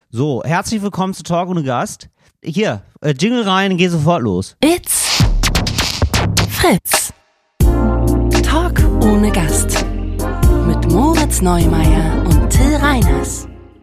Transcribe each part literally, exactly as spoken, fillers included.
So, herzlich willkommen zu Talk ohne Gast. Hier, äh, Jingle rein, geh sofort los. It's Fritz. Talk ohne Gast. Mit Moritz Neumeier und Till Reiners.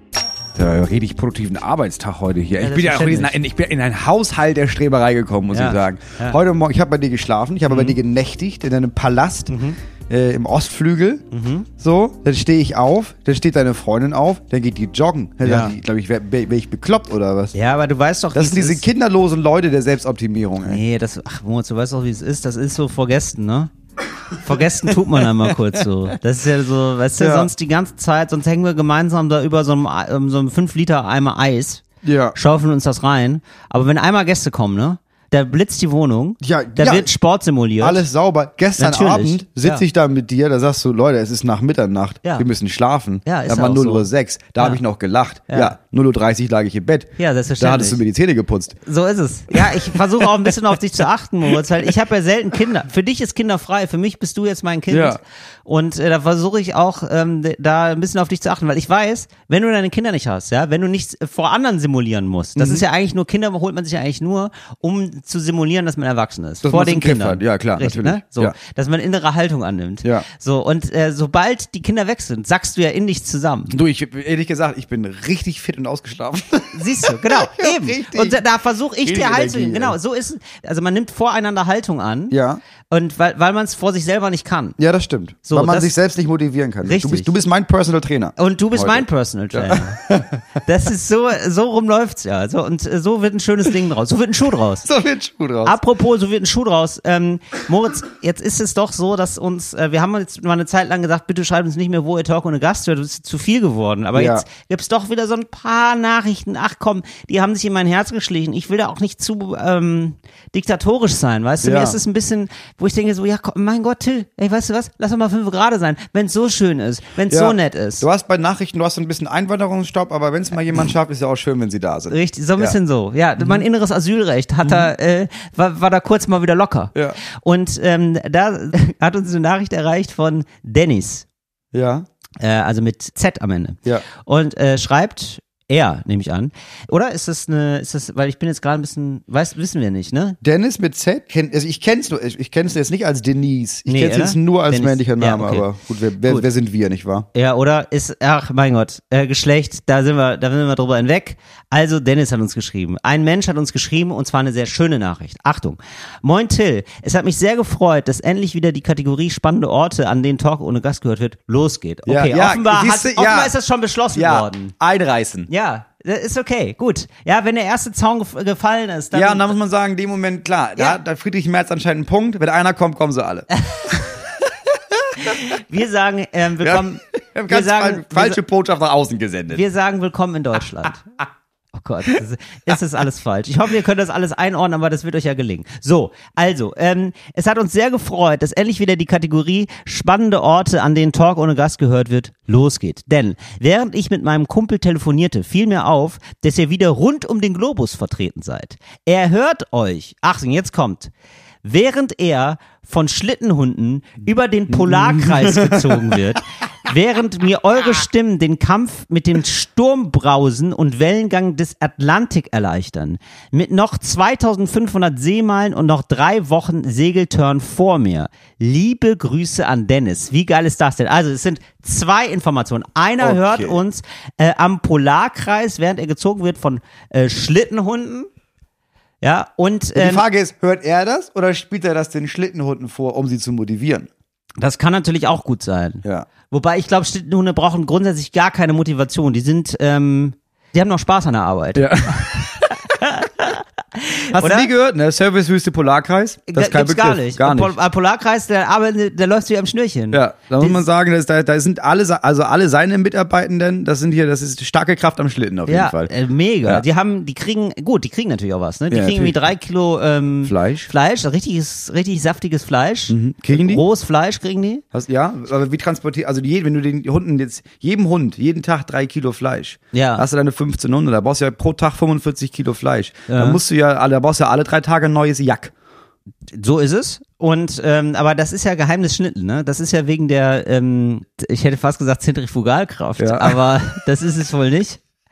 Ja, richtig produktiven Arbeitstag heute hier. Ja, ich, bin ja auch in, diesen, ich bin in einen Haushalt der Streberei gekommen, muss ja. ich sagen. Ja. Heute Morgen, ich habe bei dir geschlafen, ich habe mhm. bei dir genächtigt in einem Palast mhm. äh, im Ostflügel. Mhm. So, dann stehe ich auf, dann steht deine Freundin auf, dann geht die joggen. Dann Ja. sagt die, glaube ich, wäre wär ich bekloppt oder was? Ja, aber du weißt doch, Das sind diese ist. kinderlosen Leute der Selbstoptimierung, ey. Nee, das, ach Moritz, du weißt doch, wie es ist. Das ist so vor Gästen, ne? Vor Gästen tut man einmal kurz so. Das ist ja so, weißt du, Ja. sonst die ganze Zeit, sonst hängen wir gemeinsam da über so einem, um, so einem fünf Liter Eimer Eis, Ja. schaufeln uns das rein. Aber wenn einmal Gäste kommen, ne? Da blitzt die Wohnung, Ja, da ja. wird Sport simuliert. Alles sauber. Gestern Natürlich, Abend sitze ja. ich da mit dir, da sagst du, Leute, es ist nach Mitternacht, Ja. wir müssen schlafen. Ja, ist da war auch null so. Uhr sechs, da Ja. habe ich noch gelacht. Ja. Ja, null Uhr dreißig lag ich im Bett. Ja, selbstverständlich. Da hattest du mir die Zähne geputzt. So ist es. Ja, ich versuche auch ein bisschen auf dich zu achten, Moritz, weil ich habe ja selten Kinder. Für dich ist kinderfrei, für mich bist du jetzt mein Kind. Ja. Und äh, da versuche ich auch ähm, da ein bisschen auf dich zu achten, weil ich weiß, wenn du deine Kinder nicht hast, ja, wenn du nichts vor anderen simulieren musst, das Mhm. ist ja eigentlich nur, Kinder holt man sich ja eigentlich nur, um zu simulieren, dass man erwachsen ist. Dass vor man es den im Griff Kindern. hat. Ja, klar, Richtig, natürlich. ne? So, Ja. dass man innere Haltung annimmt. Ja. So, und äh, sobald die Kinder weg sind, sackst du ja in dich zusammen. Du, ich ehrlich gesagt, ich bin richtig fit und ausgeschlafen. Siehst du, genau, Ja, eben. richtig. Und da, da versuche ich Richtig dir Halt zu Energie, geben. Genau, ey. so ist, also man nimmt voreinander Haltung an. Ja. Und weil, weil man es vor sich selber nicht kann. Ja, das stimmt. So, Weil man das- sich selbst nicht motivieren kann. Richtig. Du bist, du bist mein Personal Trainer. Und du bist Heute. mein Personal Trainer. Das ist so, so rum läuft's ja. So, und äh, so wird ein schönes Ding draus. So wird ein Schuh draus. So wird Schuh draus. Apropos, so wird ein Schuh draus. Ähm, Moritz, jetzt ist es doch so, dass uns, äh, wir haben jetzt mal eine Zeit lang gesagt, bitte schreibt uns nicht mehr, wo ihr Talk ohne Gast hört, das ist zu viel geworden. Aber Ja. jetzt gibt's doch wieder so ein paar Nachrichten, ach komm, die haben sich in mein Herz geschlichen. Ich will da auch nicht zu ähm, diktatorisch sein, weißt du? Ja. Mir ist es ein bisschen, wo ich denke so, ja komm, mein Gott, Till, ey, weißt du was, lass doch mal fünf gerade sein, wenn's so schön ist, wenn's Ja. so nett ist. Du hast bei Nachrichten, du hast so ein bisschen Einwanderungsstopp, aber wenn es mal jemand schafft, ist ja auch schön, wenn sie da sind. Richtig, so ein Ja. bisschen so. Ja, mein inneres Asylrecht hat da, äh, war, war da kurz mal wieder locker. Ja. Und ähm, da hat uns eine Nachricht erreicht von Dennis, Ja. äh, also mit Z am Ende. Ja. Und äh, schreibt, er, nehme ich an. Oder ist das eine, ist das, weil ich bin jetzt gerade ein bisschen, weiß, wissen wir nicht, ne? Dennis mit Z, kenn, also ich kenn's nur, ich, ich kenn's jetzt nicht als Denise. Ich Nee, kenn's oder? jetzt nur als Dennis. männlicher Name, Ja, okay. aber gut, wer, wer, Gut. wer sind wir, nicht wahr? Ja, oder ist, ach mein Gott, äh, Geschlecht, da sind wir, da sind wir drüber hinweg. Also Dennis hat uns geschrieben. Ein Mensch hat uns geschrieben und zwar eine sehr schöne Nachricht. Achtung. Moin Till, es hat mich sehr gefreut, dass endlich wieder die Kategorie spannende Orte, an denen Talk ohne Gast gehört wird, losgeht. Ja, Okay, ja, offenbar, hat, siehste, offenbar ja. ist das schon beschlossen worden. einreißen. Ja, das ist okay, gut. Ja, wenn der erste Zaun gef- gefallen ist, dann... Ja, und da muss man sagen, in dem Moment, klar, Ja. da hat der Friedrich Merz anscheinend einen Punkt. Wenn einer kommt, kommen sie alle. wir sagen, ähm, Ja. willkommen... Wir haben wir ganz sagen, fal- falsche Botschaft nach außen gesendet. Wir sagen willkommen in Deutschland. Oh Gott, das ist, das ist alles falsch. Ich hoffe, ihr könnt das alles einordnen, aber das wird euch ja gelingen. So, also, ähm, es hat uns sehr gefreut, dass endlich wieder die Kategorie spannende Orte, an denen Talk ohne Gast gehört wird, losgeht. Denn während ich mit meinem Kumpel telefonierte, fiel mir auf, dass ihr wieder rund um den Globus vertreten seid. Er hört euch, Achtung, jetzt kommt, während er von Schlittenhunden über den Polarkreis gezogen wird, während mir eure Stimmen den Kampf mit dem Sturmbrausen und Wellengang des Atlantik erleichtern. Mit noch zweitausendfünfhundert Seemeilen und noch drei Wochen Segeltörn vor mir. Liebe Grüße an Dennis. Wie geil ist das denn? Also es sind zwei Informationen. Einer Okay. hört uns äh, am Polarkreis, während er gezogen wird von äh, Schlittenhunden. Ja, und Die ähm, Frage ist, hört er das oder spielt er das den Schlittenhunden vor, um sie zu motivieren? das kann natürlich auch gut sein. Ja. Wobei ich glaube, Schlittenhunde brauchen grundsätzlich gar keine Motivation. Die sind, ähm, die haben noch Spaß an der Arbeit. Ja. Hast Oder? du nie gehört, ne? Servicewüste Polarkreis? Das ist kein Gibt's Begriff. gar nicht. Gar nicht. Pol- Polarkreis, der arbeitet, der läuft wie am Schnürchen. Ja, da muss Die- man sagen, dass da, da sind alle, also alle seine Mitarbeitenden, das sind hier, das ist starke Kraft am Schlitten auf jeden Ja, Fall. äh, mega. Ja. Die haben, die kriegen, gut, die kriegen natürlich auch was, ne? Die Ja, kriegen irgendwie natürlich. drei Kilo ähm, Fleisch. Fleisch, richtiges, richtig saftiges Fleisch. Mhm. Kriegen die? Rohes Fleisch kriegen die. Hast, ja, aber wie transportiert, also die, wenn du den Hunden jetzt, jedem Hund, jeden Tag drei Kilo Fleisch, Ja. hast du deine fünfzehn Hunde, da brauchst du ja pro Tag fünfundvierzig Kilo Fleisch. Ja. Da musst du ja, alle, da brauchst du ja alle drei Tage ein neues Jack. So ist es. Und ähm, aber das ist ja Geheimnis Schnittel, ne? Das ist ja wegen der, ähm, ich hätte fast gesagt Zentrifugalkraft, Ja. aber das ist es wohl nicht.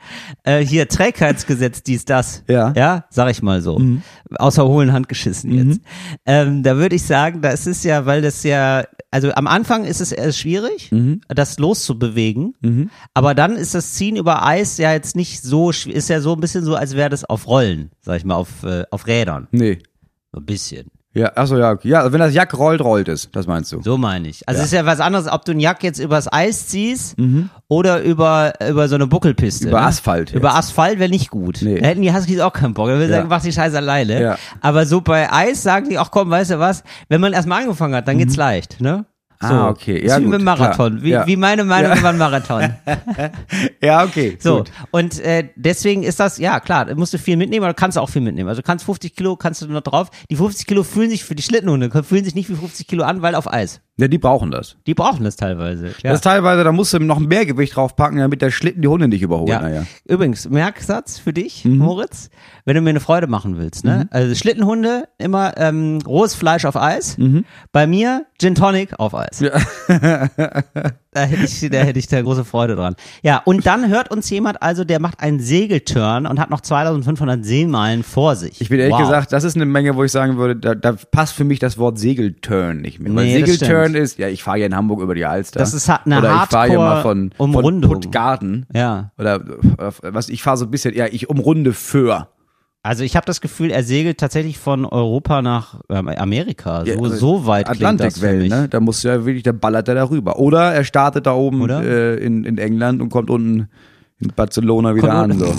Äh, hier, Trägheitsgesetz, dies, das. Ja. Ja, sag ich mal so. Mhm. Außer hohlen Hand geschissen jetzt. Ähm, da würde ich sagen, da ist es ja, weil das ja, also am Anfang ist es eher schwierig, Mhm. das loszubewegen. Mhm. Aber dann ist das Ziehen über Eis ja jetzt nicht so, schw- ist ja so ein bisschen so, als wäre das auf Rollen, sag ich mal, auf, äh, auf Rädern. Nee. So ein bisschen. Ja, achso, ja, okay. Ja, also wenn das Jack rollt, rollt es. Das meinst du? So meine ich. Also Ja. es ist ja was anderes, ob du einen Jack jetzt übers Eis ziehst Mhm. oder über, über so eine Buckelpiste. Über ne? Asphalt jetzt. Über Asphalt wäre nicht gut. Nee. Da hätten die Huskies auch keinen Bock. Da würde ich Ja. sagen, mach die Scheiße alleine. Ja. Aber so bei Eis sagen die, ach komm, weißt du was, wenn man erstmal angefangen hat, dann geht's leicht, ne? So. Ah, okay. Ist Ja, wie gut, mit dem Marathon. klar. Wie, Ja. wie meine Meinung Ja. über einen Marathon. Ja, okay. So, Gut. und äh, deswegen ist das, ja klar, da musst du viel mitnehmen, aber du kannst auch viel mitnehmen. Also du kannst fünfzig Kilo, kannst du noch drauf. Die fünfzig Kilo fühlen sich für die Schlittenhunde, fühlen sich nicht wie fünfzig Kilo an, weil auf Eis. Ja, die brauchen das. Die brauchen das teilweise. Ja. Das ist teilweise, da musst du noch mehr Gewicht draufpacken, damit der Schlitten die Hunde nicht überholt. Ja. Naja. Übrigens, Merksatz für dich, Mhm. Moritz, wenn du mir eine Freude machen willst. Ne? Also Schlittenhunde, immer ähm, rohes Fleisch auf Eis. Mhm. Bei mir Gin Tonic auf Eis. Ja. Da hätte ich, da hätte ich da große Freude dran. Ja, und dann hört uns jemand also, der macht einen Segelturn und hat noch zweitausendfünfhundert Seemeilen vor sich. Ich bin ehrlich Wow. gesagt, das ist eine Menge, wo ich sagen würde, da, da passt für mich das Wort Segelturn nicht mehr. Weil Nee, das Segelturn stimmt. ist, ja, ich fahre ja in Hamburg über die Alster. Das ist eine Oder ich fahre ja mal von, von Hardcore-Umrundung. Puttgarden. Ja. Oder äh, was, ich fahre so ein bisschen, ja, ich umrunde für. Also ich habe das Gefühl, er segelt tatsächlich von Europa nach ähm, Amerika. So, Ja, also so weit klingt das für Atlantikwellen, mich. ne? Da muss ja wirklich, da ballert er darüber. Oder er startet da oben Oder? äh, in, in England und kommt unten in Barcelona wieder Kommt an. So.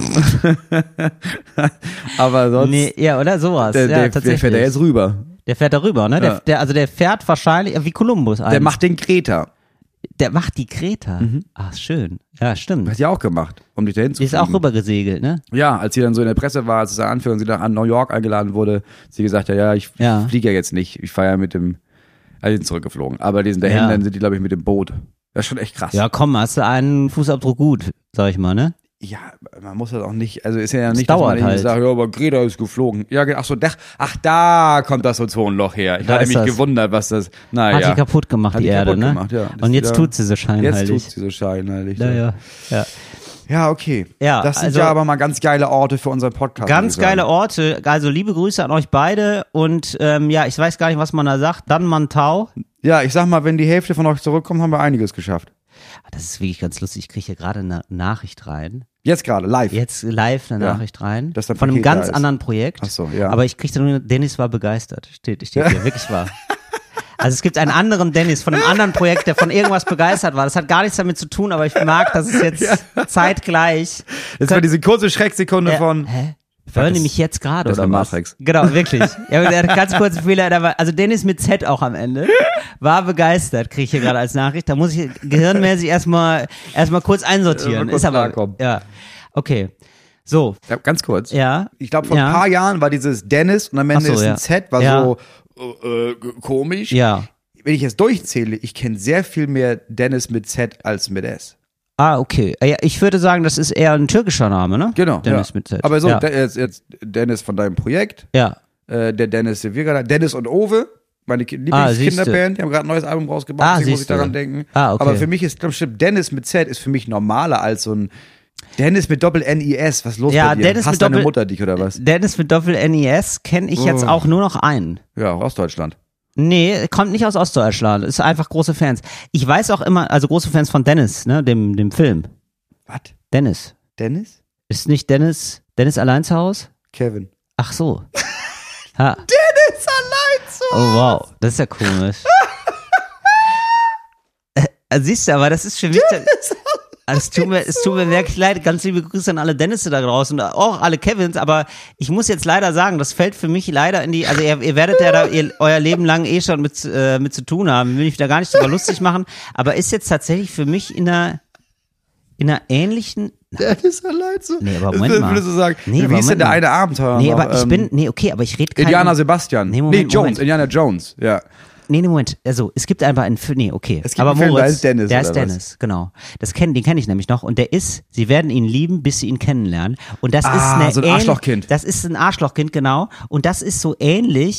Aber sonst, Nee, ja, oder sowas. der, ja, der, der tatsächlich. fährt da jetzt rüber. Der fährt da rüber, ne? Der, Ja. der, also der fährt wahrscheinlich, wie Kolumbus eigentlich. Der macht den Kreta. der macht die Kreta. Ach, schön. Ja, stimmt. Hat sie auch gemacht, um dich dahin zu Die ist fliegen. auch rüber gesegelt, ne? Ja, als sie dann so in der Presse war, als es Anführung, sie nach an New York eingeladen wurde, sie gesagt, ja, ja, ich Ja. fliege ja jetzt nicht. Ich fahre ja mit dem, also die sind zurückgeflogen. Aber die sind dahin, Ja. dann sind die, glaube ich, mit dem Boot. Das ist schon echt krass. Ja, komm, hast du einen Fußabdruck gut, sag ich mal, ne? Ja, man muss das auch nicht, also ist ja Es nicht, dauert dass man halt. sagt, ja, aber Greta ist geflogen. Ja, ach so, ach, ach da kommt das Ozonloch her. Ich Da hatte ist mich das. gewundert, was das, Hat naja. die kaputt gemacht, Hat die die Erde, kaputt ne? gemacht, ja. Das Und jetzt wieder- tut sie so Jetzt scheinheilig. tut sie so scheinheilig. Ja, ja, ja. Ja, okay. Ja, das sind also- ja aber mal ganz geile Orte für unseren Podcast. Ganz muss ich sagen. geile Orte. Also liebe Grüße an euch beide. Und ähm, ja, ich weiß gar nicht, was man da sagt. Dann Mantau. Ja, ich sag mal, wenn die Hälfte von euch zurückkommt, haben wir einiges geschafft. Das ist wirklich ganz lustig. Ich kriege hier gerade eine Nachricht rein. Jetzt gerade, live. Jetzt live eine Ja. Nachricht rein. Dass dein Von einem Paket da ganz ist. anderen Projekt. Ach so, ja. Aber ich kriegte nur, Dennis war begeistert. Steht, steht hier, wirklich wahr. Also es gibt einen anderen Dennis von einem anderen Projekt, der von irgendwas begeistert war. Das hat gar nichts damit zu tun, aber ich mag, dass es jetzt zeitgleich. Das war diese kurze Schrecksekunde Ja, von. hä? Hören die mich jetzt gerade das oder war was? Matrix. Genau, wirklich. Ja, der hat ganz kurz Fehler. Der war, also Dennis mit Z auch am Ende. War begeistert, kriege ich hier gerade als Nachricht. Da muss ich gehirnmäßig erstmal erstmal kurz einsortieren. Mal kurz Ist aber klarkommen. ja. Okay. So, Ja, ganz kurz. ja. Ich glaube, vor Ja. ein paar Jahren war dieses Dennis und am Ende Ach so, ist ein ja. Z, war Ja. so äh, äh, komisch. Ja. Wenn ich jetzt durchzähle, ich kenne sehr viel mehr Dennis mit Z als mit S. Ah, okay. Ja, ich würde sagen, das ist eher ein türkischer Name, ne? Genau. Dennis ja. mit Z. Aber so, Ja. der, jetzt, jetzt Dennis von deinem Projekt, ja. äh, der Dennis, den wir gerade, Dennis und Owe, meine Ki- Ah, siehste. Lieblingskinderband, die haben gerade ein neues Album rausgebracht, Ah, deswegen muss ich siehste. daran denken. Ah, okay. Aber für mich ist, glaub ich, Dennis mit Z ist für mich normaler als so ein Dennis mit Doppel-N I S. Was ist los Ja, bei dir? Dennis Hasst mit deine Doppel- Mutter dich oder was? Dennis mit Doppel-N I S kenne ich jetzt Oh. auch nur noch einen. Ja, aus Deutschland. Nee, kommt nicht aus Ostdeutschland. Ist einfach große Fans. Ich weiß auch immer, also große Fans von Dennis, ne, dem, dem Film. Was? Dennis. Dennis? Ist nicht Dennis, Dennis allein zu Hause? Kevin. Ach so. Ha. Dennis allein zu Oh wow, das ist ja komisch. äh, siehst du, aber das ist für mich. Also es tut mir, es tut mir wirklich leid. Ganz liebe Grüße an alle Dennisse da draußen, auch alle Kevins. Aber ich muss jetzt leider sagen, das fällt für mich leider in die. Also ihr, ihr werdet ja da ihr, euer Leben lang eh schon mit äh, mit zu tun haben. Will ich da gar nicht drüber lustig machen. Aber ist jetzt tatsächlich für mich in einer in einer ähnlichen. Dennis allein zu Nee, aber Das Moment will- mal. Würdest du sagen, Nee, wie aber hieß denn Moment der mal. eine Abenteuer Nee, noch? aber ich Ähm, bin. Nee, okay, aber ich rede kein. Indiana Sebastian. Nee, Moment, Jones, Moment. Indiana Jones, ja. Nee, nee, Moment. Also, es gibt einfach einen Film, nee, okay. Es gibt aber einen Film, Moritz, der heißt Dennis, Der oder ist was? Dennis, genau. Das kenn, den kenne ich nämlich noch. Und der ist, sie werden ihn lieben, bis sie ihn kennenlernen. Und das Ah, ist eine so ein ähn- Arschlochkind. Das ist ein Arschlochkind, genau. Und das ist so ähnlich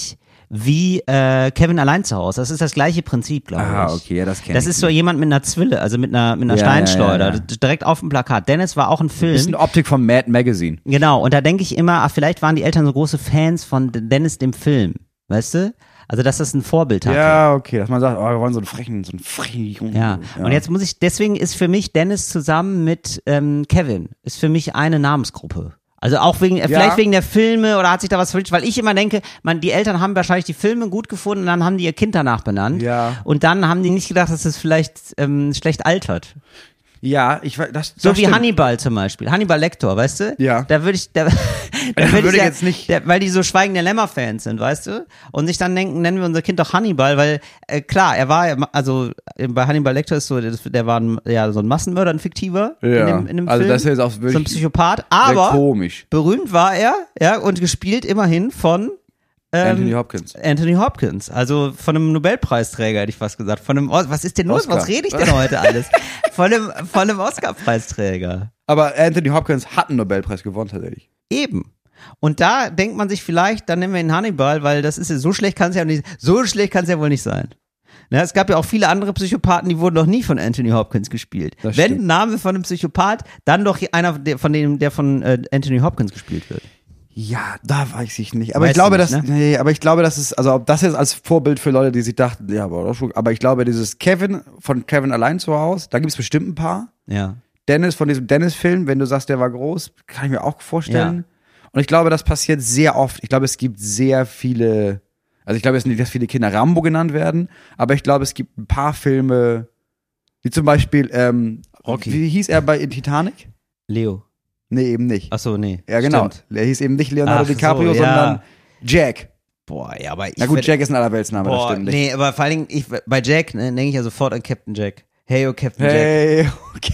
wie äh, Kevin allein zu Hause. Das ist das gleiche Prinzip, glaube ich. Ah, okay, ja, das kenne ich. Das ist so jemand mit einer Zwille, also mit einer, mit einer Ja, Steinschleuder, ja, ja, ja. direkt auf dem Plakat. Dennis war auch ein Film. Bisschen Optik vom Mad Magazine. Genau, und da denke ich immer, ach, vielleicht waren die Eltern so große Fans von Dennis dem Film, weißt du? Also, dass das ein Vorbild hatte. Ja, okay, dass man sagt, oh, wir wollen so einen frechen, so einen frechen Jungen. Ja. Und jetzt muss ich, deswegen ist für mich Dennis zusammen mit ähm, Kevin, ist für mich eine Namensgruppe. Also auch wegen, äh, vielleicht wegen der Filme oder hat sich da was verwischt, weil ich immer denke, man, die Eltern haben wahrscheinlich die Filme gut gefunden und dann haben die ihr Kind danach benannt. Ja. Und dann haben die nicht gedacht, dass es vielleicht ähm, schlecht altert. Ja, ich weiß, das, das So wie stimmt. Hannibal zum Beispiel. Hannibal Lecter, weißt du? Ja. Da würde ich, da, da Da würd würde ich ja, jetzt nicht- Der, weil die so Schweigen der Lämmer-Fans sind, weißt du? Und sich dann denken, nennen wir unser Kind doch Hannibal, weil, äh, klar, er war, also äh, bei Hannibal Lecter ist so, das, der war ein, ja, so ein Massenmörder, ein fiktiver Ja. in dem, in dem Also Film. das ist jetzt auch wirklich so ein Psychopath, sehr aber komisch. berühmt war er, ja, und gespielt immerhin von ähm, Anthony Hopkins. Anthony Hopkins, also von einem Nobelpreisträger, hätte ich fast gesagt. Von einem, Os- was ist denn los? Oscar. Was rede ich denn heute alles? Von einem, von einem Oscar-Preisträger. Aber Anthony Hopkins hat einen Nobelpreis gewonnen tatsächlich. Eben. Und da denkt man sich vielleicht, dann nennen wir ihn Hannibal, weil das ist ja, so schlecht kann es ja nicht, so schlecht kann es ja wohl nicht sein. Ne, es gab ja auch viele andere Psychopathen, die wurden noch nie von Anthony Hopkins gespielt. Das Wenn stimmt. ein Name von einem Psychopath, dann doch einer der, von dem, der von äh, Anthony Hopkins gespielt wird. Ja, da weiß ich nicht. Aber Weißt ich glaube, du nicht, dass, ne? nee, aber ich glaube, das ist, also ob das jetzt als Vorbild für Leute, die sich dachten, ja, aber, das schon, aber ich glaube, dieses Kevin von Kevin allein zu Hause, da gibt es bestimmt ein paar. Ja. Dennis von diesem Dennis-Film, wenn du sagst, der war groß, kann ich mir auch vorstellen. Ja. Und ich glaube, das passiert sehr oft. Ich glaube, es gibt sehr viele, also ich glaube jetzt nicht, dass viele Kinder Rambo genannt werden, aber ich glaube, es gibt ein paar Filme, wie zum Beispiel, ähm, Rocky. Wie hieß er bei Titanic? Leo. Nee, eben nicht. Ach so, nee. Ja, genau. Stimmt. Er hieß eben nicht Leonardo Ach so, DiCaprio, ja. sondern Jack. Boah, ja, aber ich Na gut, werd- Jack ist ein Allerweltsname, das Boah, stimmt nicht. nee, aber vor allen Dingen, ich, bei Jack ne, denke ich ja sofort an Captain Jack. Hey, oh, Captain Jack. Hey, okay.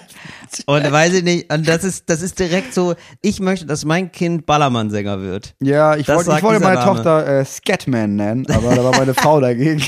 Und weiß ich nicht, und das ist, das ist direkt so, ich möchte, dass mein Kind Ballermann-Sänger wird. Ja, ich Das wollte ich sagt wollte dieser meine Name. Tochter äh, Scatman nennen, aber da war meine Frau dagegen.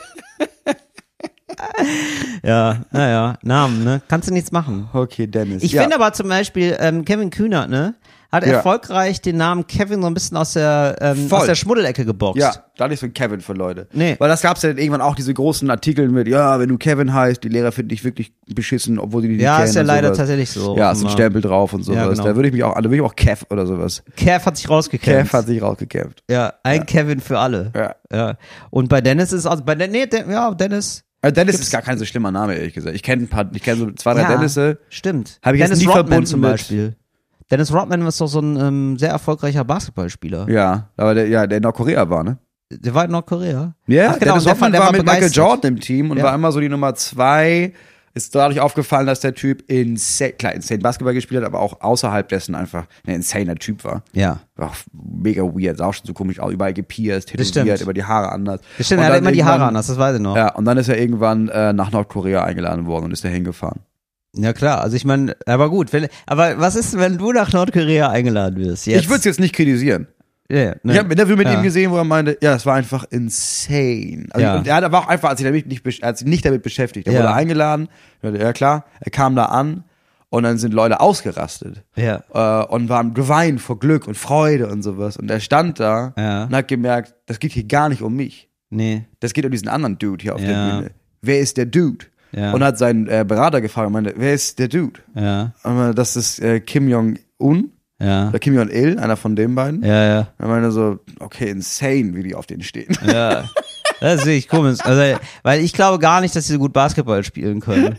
Ja, naja, Namen, ne? Kannst du nichts machen. Okay, Dennis. Ich ja. finde aber zum Beispiel, ähm, Kevin Kühnert, ne? Hat Ja. erfolgreich den Namen Kevin so ein bisschen aus der, ähm, Voll. aus der Schmuddelecke geboxt. Ja, da nicht so ein Kevin für Leute. Nee. Weil das gab's ja dann irgendwann auch diese großen Artikel mit, ja, wenn du Kevin heißt, die Lehrer finden dich wirklich beschissen, obwohl die dich Ja, nicht kennen. ist ja und leider sowas. tatsächlich so. Ja, ist ein Offenbar. Stempel drauf und sowas. Ja, genau. Da würde ich mich auch, da würde ich auch Kev oder sowas. Kev hat sich rausgekämpft. Kev hat sich rausgekämpft. Ja, ein Kevin für alle. Ja. Ja. Und bei Dennis ist also, bei Den- nee, Den- ja, Dennis. Also Dennis Gibt's- ist gar kein so schlimmer Name, ehrlich gesagt. Ich kenne ein paar, ich kenne so zwei, drei Ja, Dennisse. Stimmt. Hab ich jetzt Dennis nie Rodman verbunden zum mit- Beispiel. Dennis Rodman ist doch so ein ähm, sehr erfolgreicher Basketballspieler. Ja, aber der, ja, der in Nordkorea war, ne? Der war in Nordkorea. Ja, Ach, genau, Dennis der Rodman der war mit Michael begeistert. Jordan im Team und Ja. war immer so die Nummer zwei. Ist dadurch aufgefallen, dass der Typ insane, klar, insane Basketball gespielt hat, aber auch außerhalb dessen einfach ein insaner Typ war. Ja. War auch mega weird, sah auch schon so komisch aus, überall gepierst, stimmt. tätowiert, über die Haare anders. Das stimmt, Und er hat dann immer die Haare irgendwann- anders, das weiß ich noch. Ja, Ja, und dann ist er irgendwann äh, nach Nordkorea eingeladen worden und ist da hingefahren. klar, also ich meine, aber gut, wenn, aber was ist, wenn du nach Nordkorea eingeladen wirst? Jetzt? Ich würde es jetzt nicht kritisieren. Ja, ne? Ich habe ein Interview mit Ja. ihm gesehen, wo er meinte, ja, es war einfach insane. Also Ja. und er hat aber auch einfach, als sich damit nicht, besch- er hat sich nicht damit beschäftigt. Er Ja. wurde eingeladen, ja klar, er kam da an und dann sind Leute ausgerastet Ja. äh, und waren geweint vor Glück und Freude und sowas. Und er stand da Ja. und hat gemerkt, das geht hier gar nicht um mich. Nee. Das geht um diesen anderen Dude hier auf Ja. der Bühne. Wer ist der Dude? Ja. Und hat seinen äh, Berater gefragt und meinte, wer ist der Dude? Ja. Und meinte, das ist äh, Kim Jong-un Ja. oder Kim Jong-il, einer von den beiden. Ja, ja. Er meinte so, okay, insane, wie die auf den stehen. Ja. Das sehe ich komisch. Also, weil ich glaube gar nicht, dass sie so gut Basketball spielen können.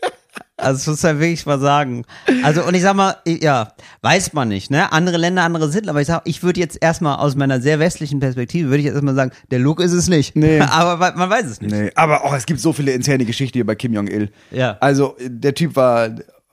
Also, das muss man wirklich mal sagen. Also, und ich sag mal, ich- ja, weiß man nicht, ne? Andere Länder, andere sind, aber ich sag, ich würde jetzt erstmal aus meiner sehr westlichen Perspektive, würde ich jetzt erstmal sagen, der Look ist es nicht. Nee. Aber man man weiß es nicht. Nee, aber auch es gibt so viele insane Geschichten hier bei Kim Jong-il. Ja. Also, der Typ war,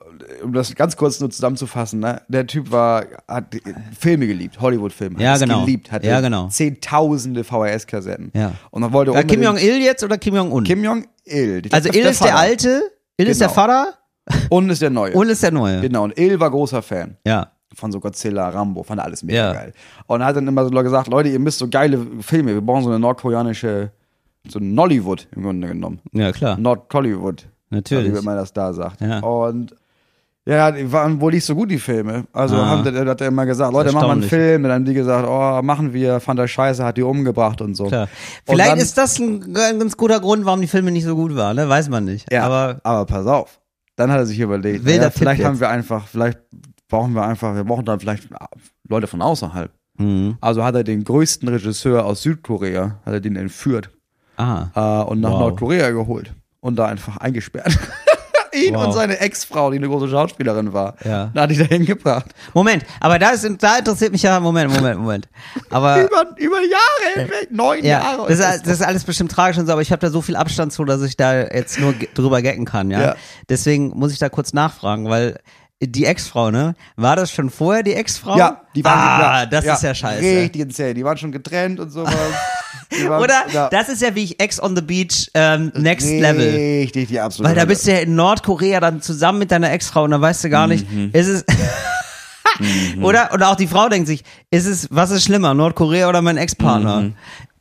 um das ganz kurz nur zusammenzufassen, ne? Der Typ war, hat Filme geliebt, Hollywood-Filme. Hat Ja, es genau. geliebt, hatte Ja, genau. zehntausende V H S-Kassetten. Ja. Und dann wollte War Kim unbedingt- Jong-il jetzt oder Kim Jong-un? Kim Jong-il. Ich glaub, Also, das Il ist der Vater. Alte, Il ist der Genau. Vater Und ist der Neue. und ist der Neue. Genau, und Il war großer Fan. Ja. Von so Godzilla, Rambo, fand alles mega Ja. geil. Und er hat dann immer so gesagt, Leute, ihr müsst so geile Filme, wir brauchen so eine nordkoreanische, so ein Nollywood im Grunde genommen. Ja, klar. Nord-Hollywood. Natürlich. Wie man das da sagt. Ja. Und Ja, die waren wohl nicht so gut, die Filme. Also Ah. haben, der, hat er immer gesagt, Leute, machen wir einen Erstaunlich. Film. Dann haben die gesagt, oh, machen wir, fand er scheiße, hat die umgebracht und so. Klar. Und Vielleicht dann, ist das ein ganz guter Grund, warum die Filme nicht so gut waren, ne? Weiß man nicht. ja, Aber aber pass auf. Dann hat er sich überlegt, Wilder ja, Tipp vielleicht jetzt. haben wir einfach, vielleicht brauchen wir einfach, wir brauchen dann vielleicht Leute von außerhalb. mhm. Also hat er den größten Regisseur aus Südkorea, hat er den entführt ah. äh, und nach Wow. Nordkorea geholt und da einfach eingesperrt. Ihn Wow. und seine Ex-Frau, die eine große Schauspielerin war, Ja. da hat die da hingebracht. Moment, aber da, ist, da interessiert mich ja, Moment, Moment, Moment. Aber Über, über Jahre hinweg, neun ja, Jahre. das, ist, das ist alles bestimmt tragisch und so, aber ich habe da so viel Abstand zu, dass ich da jetzt nur ge- drüber gecken kann, ja? Ja. Deswegen muss ich da kurz nachfragen, weil die Ex-Frau, ne? War das schon vorher die Ex-Frau? Ja, die waren Ah, ja, das ja, ist ja scheiße. Richtig insane. Die waren schon getrennt und sowas. Die waren, Oder? ja, Das ist ja wie ich Ex on the Beach ähm, Next Level. Richtig, die absolute. Weil da Hölle. bist du ja in Nordkorea dann zusammen mit deiner Ex-Frau und dann weißt du gar nicht, ist es. Oder? Und auch die Frau denkt sich, ist es, was ist schlimmer, Nordkorea oder mein Ex-Partner?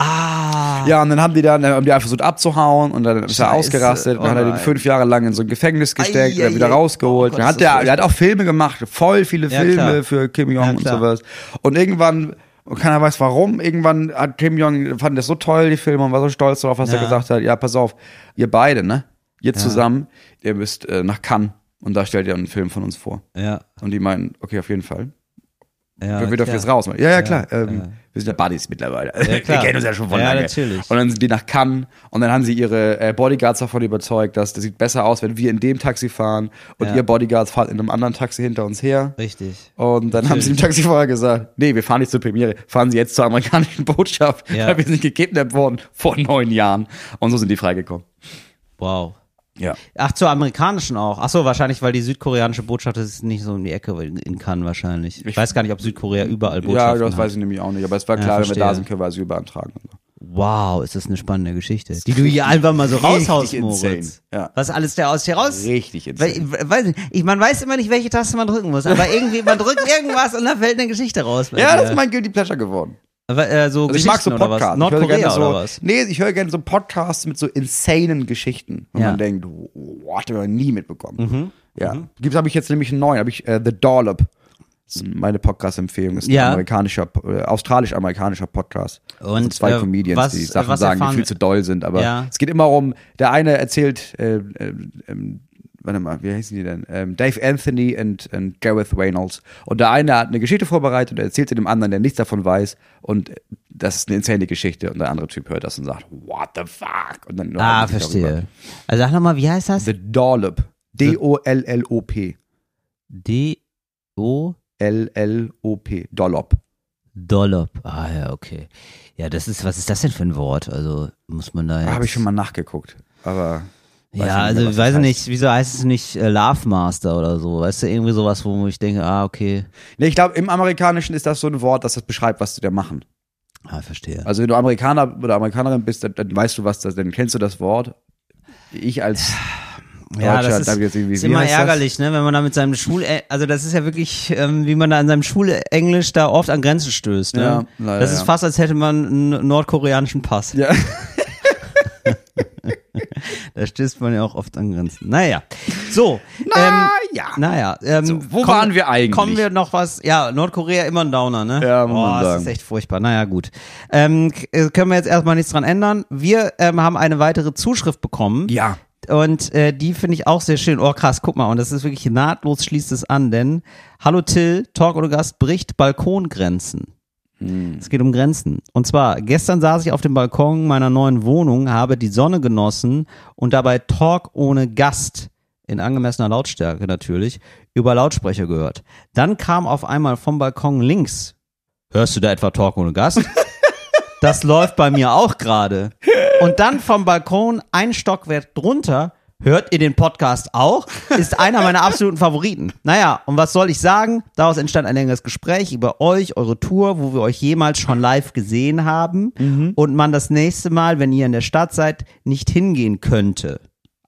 Ah. Ja, und dann haben die dann, dann haben die einfach versucht abzuhauen und dann ist er Scheiße. ausgerastet. Oh Dann hat er den nein. fünf Jahre lang in so ein Gefängnis gesteckt, Ei, ei, wieder wieder ei. rausgeholt. Oh Gott, dann ist hat das der, der hat auch Filme gemacht, voll viele Ja, Filme klar. für Kim Jong Ja, und klar. sowas. Und irgendwann, und keiner weiß warum, irgendwann hat Kim Jong, fand das so toll, die Filme, und war so stolz darauf, was Ja. er gesagt hat. Ja, pass auf, ihr beide, ne? Ihr zusammen, ihr müsst äh, nach Cannes und da stellt ihr einen Film von uns vor. Ja. Und die meinen, okay, auf jeden Fall. Ja, wir wir dürfen klar. jetzt raus. Ja, ja, klar. Ja, ähm, ja. Wir sind ja Buddies mittlerweile. Ja, wir klar. kennen uns ja schon von Ja, lange. natürlich. Und dann sind die nach Cannes und dann haben sie ihre äh, Bodyguards davon überzeugt, dass das sieht besser aus, wenn wir in dem Taxi fahren und Ja. ihr Bodyguards fahren in einem anderen Taxi hinter uns her. Richtig. Und dann haben sie dem Taxifahrer gesagt, nee, wir fahren nicht zur Premiere, fahren Sie jetzt zur amerikanischen Botschaft, Ja. weil wir sind gekidnappt worden vor neun Jahren. Und so sind die freigekommen. Wow. Ja. Ach, zur amerikanischen auch. Ach so, wahrscheinlich, weil die südkoreanische Botschaft ist nicht so um die Ecke in, in Cannes wahrscheinlich. Ich weiß gar nicht, ob Südkorea überall Ja, Botschaften das hat. weiß ich nämlich auch nicht. Aber es war Ja, klar, wenn wir da verstehe. sind, können wir Asyl beantragen. Und so. Wow, ist das eine spannende Geschichte. Die du hier einfach mal so raushaust, Richtig Moritz. insane. Ja. Was alles der aus dir raus... Richtig Weil, insane. ich weiß nicht, ich, man weiß immer nicht, welche Taste man drücken muss, aber irgendwie, man drückt irgendwas und da fällt eine Geschichte raus. bei Ja, dir. das ist mein Guilty Pleasure geworden. Aber, äh, so Also ich mag so Geschichten oder was? Podcasts. Ich höre Nordkorea gerne so, oder was? Nee, ich höre gerne so Podcasts mit so insanen Geschichten. Und Ja. man denkt, what, hab ich noch nie mitbekommen. Mhm. Ja. Gibt habe ich jetzt nämlich einen neuen, habe ich äh, The Dollop. Das ist meine Podcast-Empfehlung. Das ist Ja. ein amerikanischer, äh, australisch-amerikanischer Podcast. Und, also zwei äh, Comedians, was- die Sachen was sagen, die erfahren- viel zu doll sind. Aber Ja. es geht immer um, der eine erzählt, äh, äh, ähm, warte mal, wie heißen die denn? Ähm, Dave Anthony und, und Gareth Reynolds. Und der eine hat eine Geschichte vorbereitet und erzählt sie dem anderen, der nichts davon weiß. Und das ist eine insane Geschichte. Und der andere Typ hört das und sagt, what the fuck? Und dann Ah, unterhalten sie sich verstehe. Also sag nochmal, wie heißt das? darüber. The Dollop. D O L L O P. D O L L O P. Dollop. Dollop. Ah ja, okay. Ja, das ist, was ist das denn für ein Wort? Also muss man da jetzt... Da habe ich schon mal nachgeguckt. Aber. weiß Ja, nicht mehr, also was ich weiß das heißt. nicht, wieso heißt es nicht äh, Love Master oder so? Weißt du, irgendwie sowas, wo ich denke, ah, okay. Nee, ich glaube, im Amerikanischen ist das so ein Wort, das das beschreibt, was sie da machen. Ah, verstehe. Also wenn du Amerikaner oder Amerikanerin bist, dann, dann weißt du, was das, dann kennst du das Wort. Ich als Ja, Deutscher, das ist, da wird irgendwie- ist wie immer heißt das? ärgerlich, ne, wenn man da mit seinem Schul, also das ist ja wirklich, ähm, wie man da an seinem Schulenglisch da oft an Grenzen stößt, ne? Ja, leider, das ist ja. fast, als hätte man einen nordkoreanischen Pass. Ja. Da stößt man ja auch oft an Grenzen. Naja, so. Na, ähm, ja. Naja, ähm, So, wo waren wir eigentlich? Kommen wir noch was, ja, Nordkorea immer ein Downer, ne? Ja, muss oh, man das sagen. ist echt furchtbar. Naja, gut. Ähm, k- äh, können wir jetzt erstmal nichts dran ändern. Wir ähm, haben eine weitere Zuschrift bekommen. Ja. Und äh, die finde ich auch sehr schön. Oh krass, guck mal, und das ist wirklich nahtlos, schließt es an, denn Hallo Till, Talk oder Gast bricht Balkongrenzen. Es geht um Grenzen. Und zwar, gestern saß ich auf dem Balkon meiner neuen Wohnung, habe die Sonne genossen und dabei Talk ohne Gast, in angemessener Lautstärke natürlich, über Lautsprecher gehört. Dann kam auf einmal vom Balkon links, hörst du da etwa Talk ohne Gast? Das läuft bei mir auch gerade. Und dann vom Balkon ein Stockwerk drunter, hört ihr den Podcast auch? Ist einer meiner absoluten Favoriten. Naja, und was soll ich sagen? Daraus entstand ein längeres Gespräch über euch, eure Tour, wo wir euch jemals schon live gesehen haben und man das nächste Mal, wenn ihr in der Stadt seid, nicht hingehen könnte.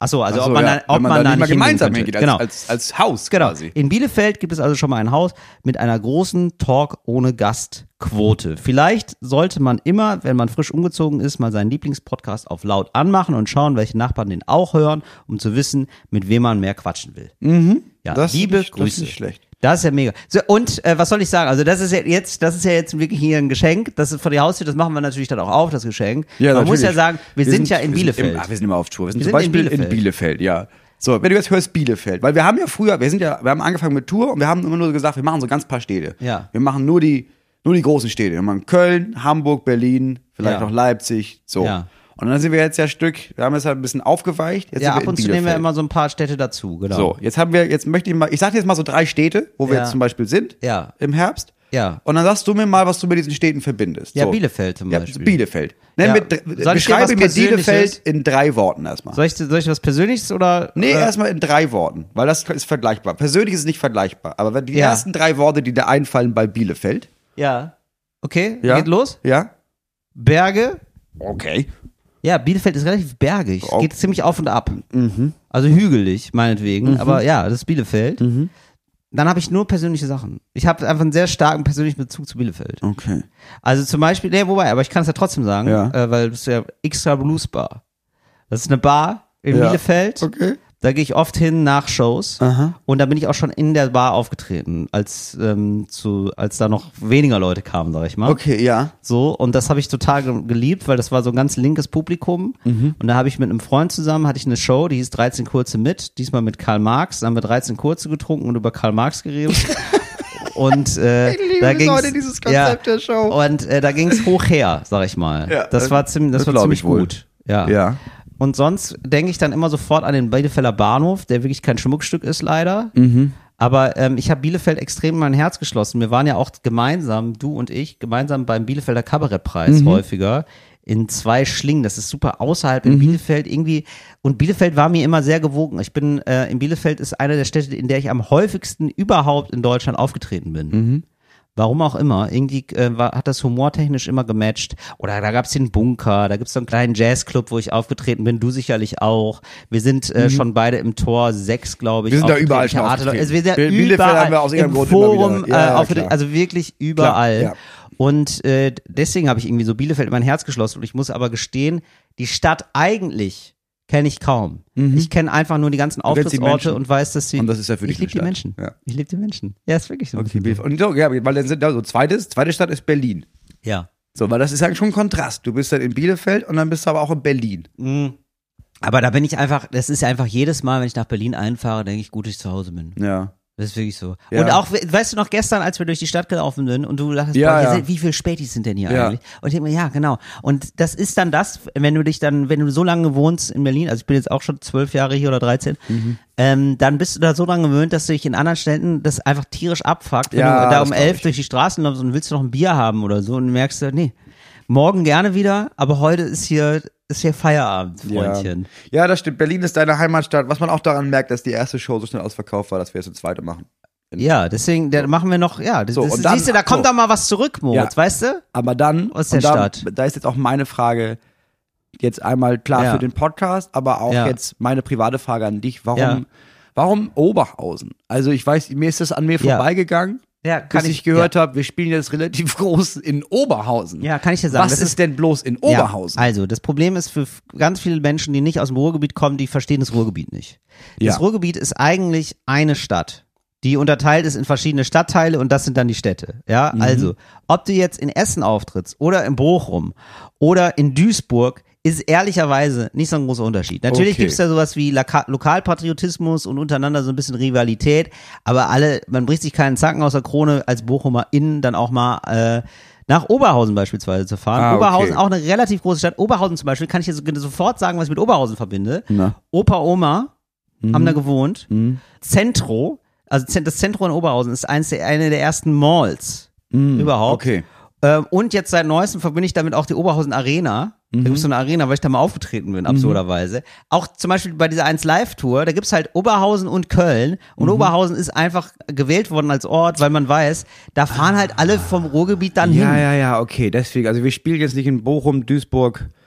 Achso, also Ach so, ob man, ja. da, ob Wenn man, man da da nicht mal hingehen gemeinsam könnte. hingeht, als, Genau. als, als Haus Genau. quasi. In Bielefeld gibt es also schon mal ein Haus mit einer großen Talk ohne Gastquote. Vielleicht sollte man immer, wenn man frisch umgezogen ist, mal seinen Lieblingspodcast auf laut anmachen und schauen, welche Nachbarn den auch hören, um zu wissen, mit wem man mehr quatschen will. Mhm. Ja, das liebe ist nicht, Grüße. Das ist nicht schlecht. Das ist ja mega. So, und äh, was soll ich sagen? Also das ist ja jetzt, das ist ja jetzt wirklich hier ein Geschenk. Das ist vor die Haustür, das machen wir natürlich dann auch auf, das Geschenk. Ja, man natürlich. muss ja sagen, wir, wir sind, sind ja in wir Bielefeld. Sind im, ach, wir sind immer auf Tour. Wir sind Wir zum sind in Beispiel in Bielefeld. Bielefeld. ja. So, wenn du jetzt hörst Bielefeld, weil wir haben ja früher, wir sind ja, wir haben angefangen mit Tour und wir haben immer nur gesagt, wir machen so ganz paar Städte. Ja. Wir machen nur die, nur die großen Städte. Wir machen Köln, Hamburg, Berlin, vielleicht Ja. noch Leipzig, so. Ja. Und dann sind wir jetzt ja Stück, wir haben es halt ein bisschen aufgeweicht. Jetzt Ja, sind wir ab in und zu nehmen wir Bielefeld. immer so ein paar Städte dazu, genau. So, jetzt haben wir, jetzt möchte ich mal, ich sag dir jetzt mal so drei Städte, wo wir Ja. jetzt zum Beispiel sind, Ja. im Herbst. Ja. Und dann sagst du mir mal, was du mit diesen Städten verbindest. Ja, so. Bielefeld zum Ja, Beispiel. Bielefeld. Nenn Ja. mir, Soll ich dir beschreibe was mir Persönliches? Bielefeld in drei Worten erstmal. Soll ich, soll ich was Persönliches oder? Nee, äh, erstmal in drei Worten, weil das ist vergleichbar. Persönlich ist es nicht vergleichbar, aber wenn die Ja. ersten drei Worte, die dir einfallen bei Bielefeld. Ja. Okay, Ja. geht los. Ja? Berge. Okay. Ja, Bielefeld ist relativ bergig. Oh. Geht ziemlich auf und ab. Mhm. Also hügelig, meinetwegen. Aber ja, das ist Bielefeld. Mhm. Dann habe ich nur persönliche Sachen. Ich habe einfach einen sehr starken persönlichen Bezug zu Bielefeld. Okay. Also zum Beispiel, nee, wobei, aber ich kann es ja trotzdem sagen, Ja. äh, weil das ist ja Extra Blues Bar. Das ist eine Bar in Ja. Bielefeld. Okay. Da gehe ich oft hin nach Shows. Aha. Und da bin ich auch schon in der Bar aufgetreten, als ähm, zu als da noch weniger Leute kamen, sag ich mal. Okay, ja. So, und das habe ich total ge- geliebt, weil das war so ein ganz linkes Publikum. Mhm. Und da habe ich mit einem Freund zusammen, hatte ich eine Show, die hieß dreizehn Kurze mit, diesmal mit Karl Marx. Da haben wir dreizehn Kurze getrunken und über Karl Marx geredet. Und äh, Ich liebe da bis ging's, heute dieses Konzept der Show. Und äh, da ging's hoch her, sag ich mal. Ja, das äh, war ziemlich, das das war glaub ziemlich ich wohl. gut. Ja. Ja. Und sonst denke ich dann immer sofort an den Bielefelder Bahnhof, der wirklich kein Schmuckstück ist, leider. Mhm. Aber ähm, ich habe Bielefeld extrem in mein Herz geschlossen. Wir waren ja auch gemeinsam, du und ich, gemeinsam beim Bielefelder Kabarettpreis Mhm. häufiger in zwei Schlingen. Das ist super außerhalb Mhm. in Bielefeld irgendwie. Und Bielefeld war mir immer sehr gewogen. Ich bin, äh, in Bielefeld ist eine der Städte, in der ich am häufigsten überhaupt in Deutschland aufgetreten bin. Mhm. Warum auch immer, irgendwie äh, war, hat das humortechnisch immer gematcht. Oder da gab's den Bunker, da gibt's so einen kleinen Jazzclub, wo ich aufgetreten bin, du sicherlich auch. Wir sind äh, schon beide im Tor sechs, glaube ich. Wir sind da aufgetreten. überall schon Theater- aufgetreten. Also wir sind ja Biel- Bielefeld überall haben wir aus irgendeinem im Grund immer Forum wieder. Ja, äh, ja, aufgetreten, klar. also wirklich überall. Klar, ja. Und äh, deswegen habe ich irgendwie so Bielefeld in mein Herz geschlossen. Und ich muss aber gestehen, die Stadt eigentlich kenne ich kaum. Ich kenne einfach nur die ganzen Du kennst die Auftrittsorte Menschen. und weiß, dass sie. Und das ist ja für dich Ich liebe die eine Menschen. Stadt. Ja. Ich liebe die Menschen. Ja, ist wirklich so. Okay, Bielefeld. Und so, ja, weil dann sind da so zweites, zweite Stadt ist Berlin. Ja. So, weil das ist ja schon ein Kontrast. Du bist dann in Bielefeld und dann bist du aber auch in Berlin. Mhm. Aber da bin ich einfach, das ist einfach jedes Mal, wenn ich nach Berlin einfahre, denke ich, gut, dass ich zu Hause bin. Ja. Das ist wirklich so. Ja. Und auch, weißt du noch, gestern, als wir durch die Stadt gelaufen sind und du dachtest, Ja, boah, hier ja. sind, wie viele Spätis sind denn hier Ja. eigentlich? Und ich denke mir, ja, genau. Und das ist dann das, wenn du dich dann, wenn du so lange wohnst in Berlin, also ich bin jetzt auch schon zwölf Jahre hier oder dreizehn, Mhm. ähm, dann bist du da so dran gewöhnt, dass du dich in anderen Städten das einfach tierisch abfuckt, wenn Ja, du da das um glaub elf ich. durch die Straßen läufst und willst noch ein Bier haben oder so und merkst du, nee, morgen gerne wieder, aber heute ist hier, ist hier Feierabend, Freundchen. Ja. ja, das stimmt. Berlin ist deine Heimatstadt. Was man auch daran merkt, dass die erste Show so schnell ausverkauft war, dass wir jetzt eine zweite machen. Ja, deswegen, da machen wir noch, ja, das, So, das, und dann- siehst du, da kommt so. doch mal was zurück, Moritz, Ja. weißt du? Aber dann, Aus der und da, Stadt. da ist jetzt auch meine Frage, jetzt einmal klar Ja. für den Podcast, aber auch Ja. jetzt meine private Frage an dich. Warum, Ja. warum Oberhausen? Also ich weiß, mir ist das an mir Ja. vorbeigegangen, Ja, bis ich, gehört habe, wir spielen jetzt relativ groß in Oberhausen. Ja, kann ich dir sagen. Was das ist denn bloß in ja, Oberhausen? also, das Problem ist für f- ganz viele Menschen, die nicht aus dem Ruhrgebiet kommen, die verstehen das Ruhrgebiet nicht. Das Ja. Ruhrgebiet ist eigentlich eine Stadt, die unterteilt ist in verschiedene Stadtteile und das sind dann die Städte. Ja, Mhm. also, ob du jetzt in Essen auftrittst oder in Bochum oder in Duisburg, ist ehrlicherweise nicht so ein großer Unterschied. Natürlich Okay. gibt's da sowas wie Laka- Lokalpatriotismus und untereinander so ein bisschen Rivalität, aber alle, man bricht sich keinen Zacken aus der Krone, als Bochumer innen dann auch mal äh, nach Oberhausen beispielsweise zu fahren. Ah, okay. Oberhausen, auch eine relativ große Stadt. Oberhausen zum Beispiel, kann ich dir so, sofort sagen, was ich mit Oberhausen verbinde. Na. Opa, Oma haben da gewohnt. Mhm. Zentro, also Zen- das Zentrum in Oberhausen ist eins der, eine der ersten Malls überhaupt. Okay. Ähm, und jetzt seit neuestem verbinde ich damit auch die Oberhausen Arena. Da gibt es so eine Arena, weil ich da mal aufgetreten bin, absurderweise. Auch zum Beispiel bei dieser eins Live Tour, da gibt's halt Oberhausen und Köln. Und Oberhausen ist einfach gewählt worden als Ort, weil man weiß, da fahren halt alle vom Ruhrgebiet dann Ja, hin. ja, ja, okay, deswegen. Also wir spielen jetzt nicht in Bochum, Duisburg,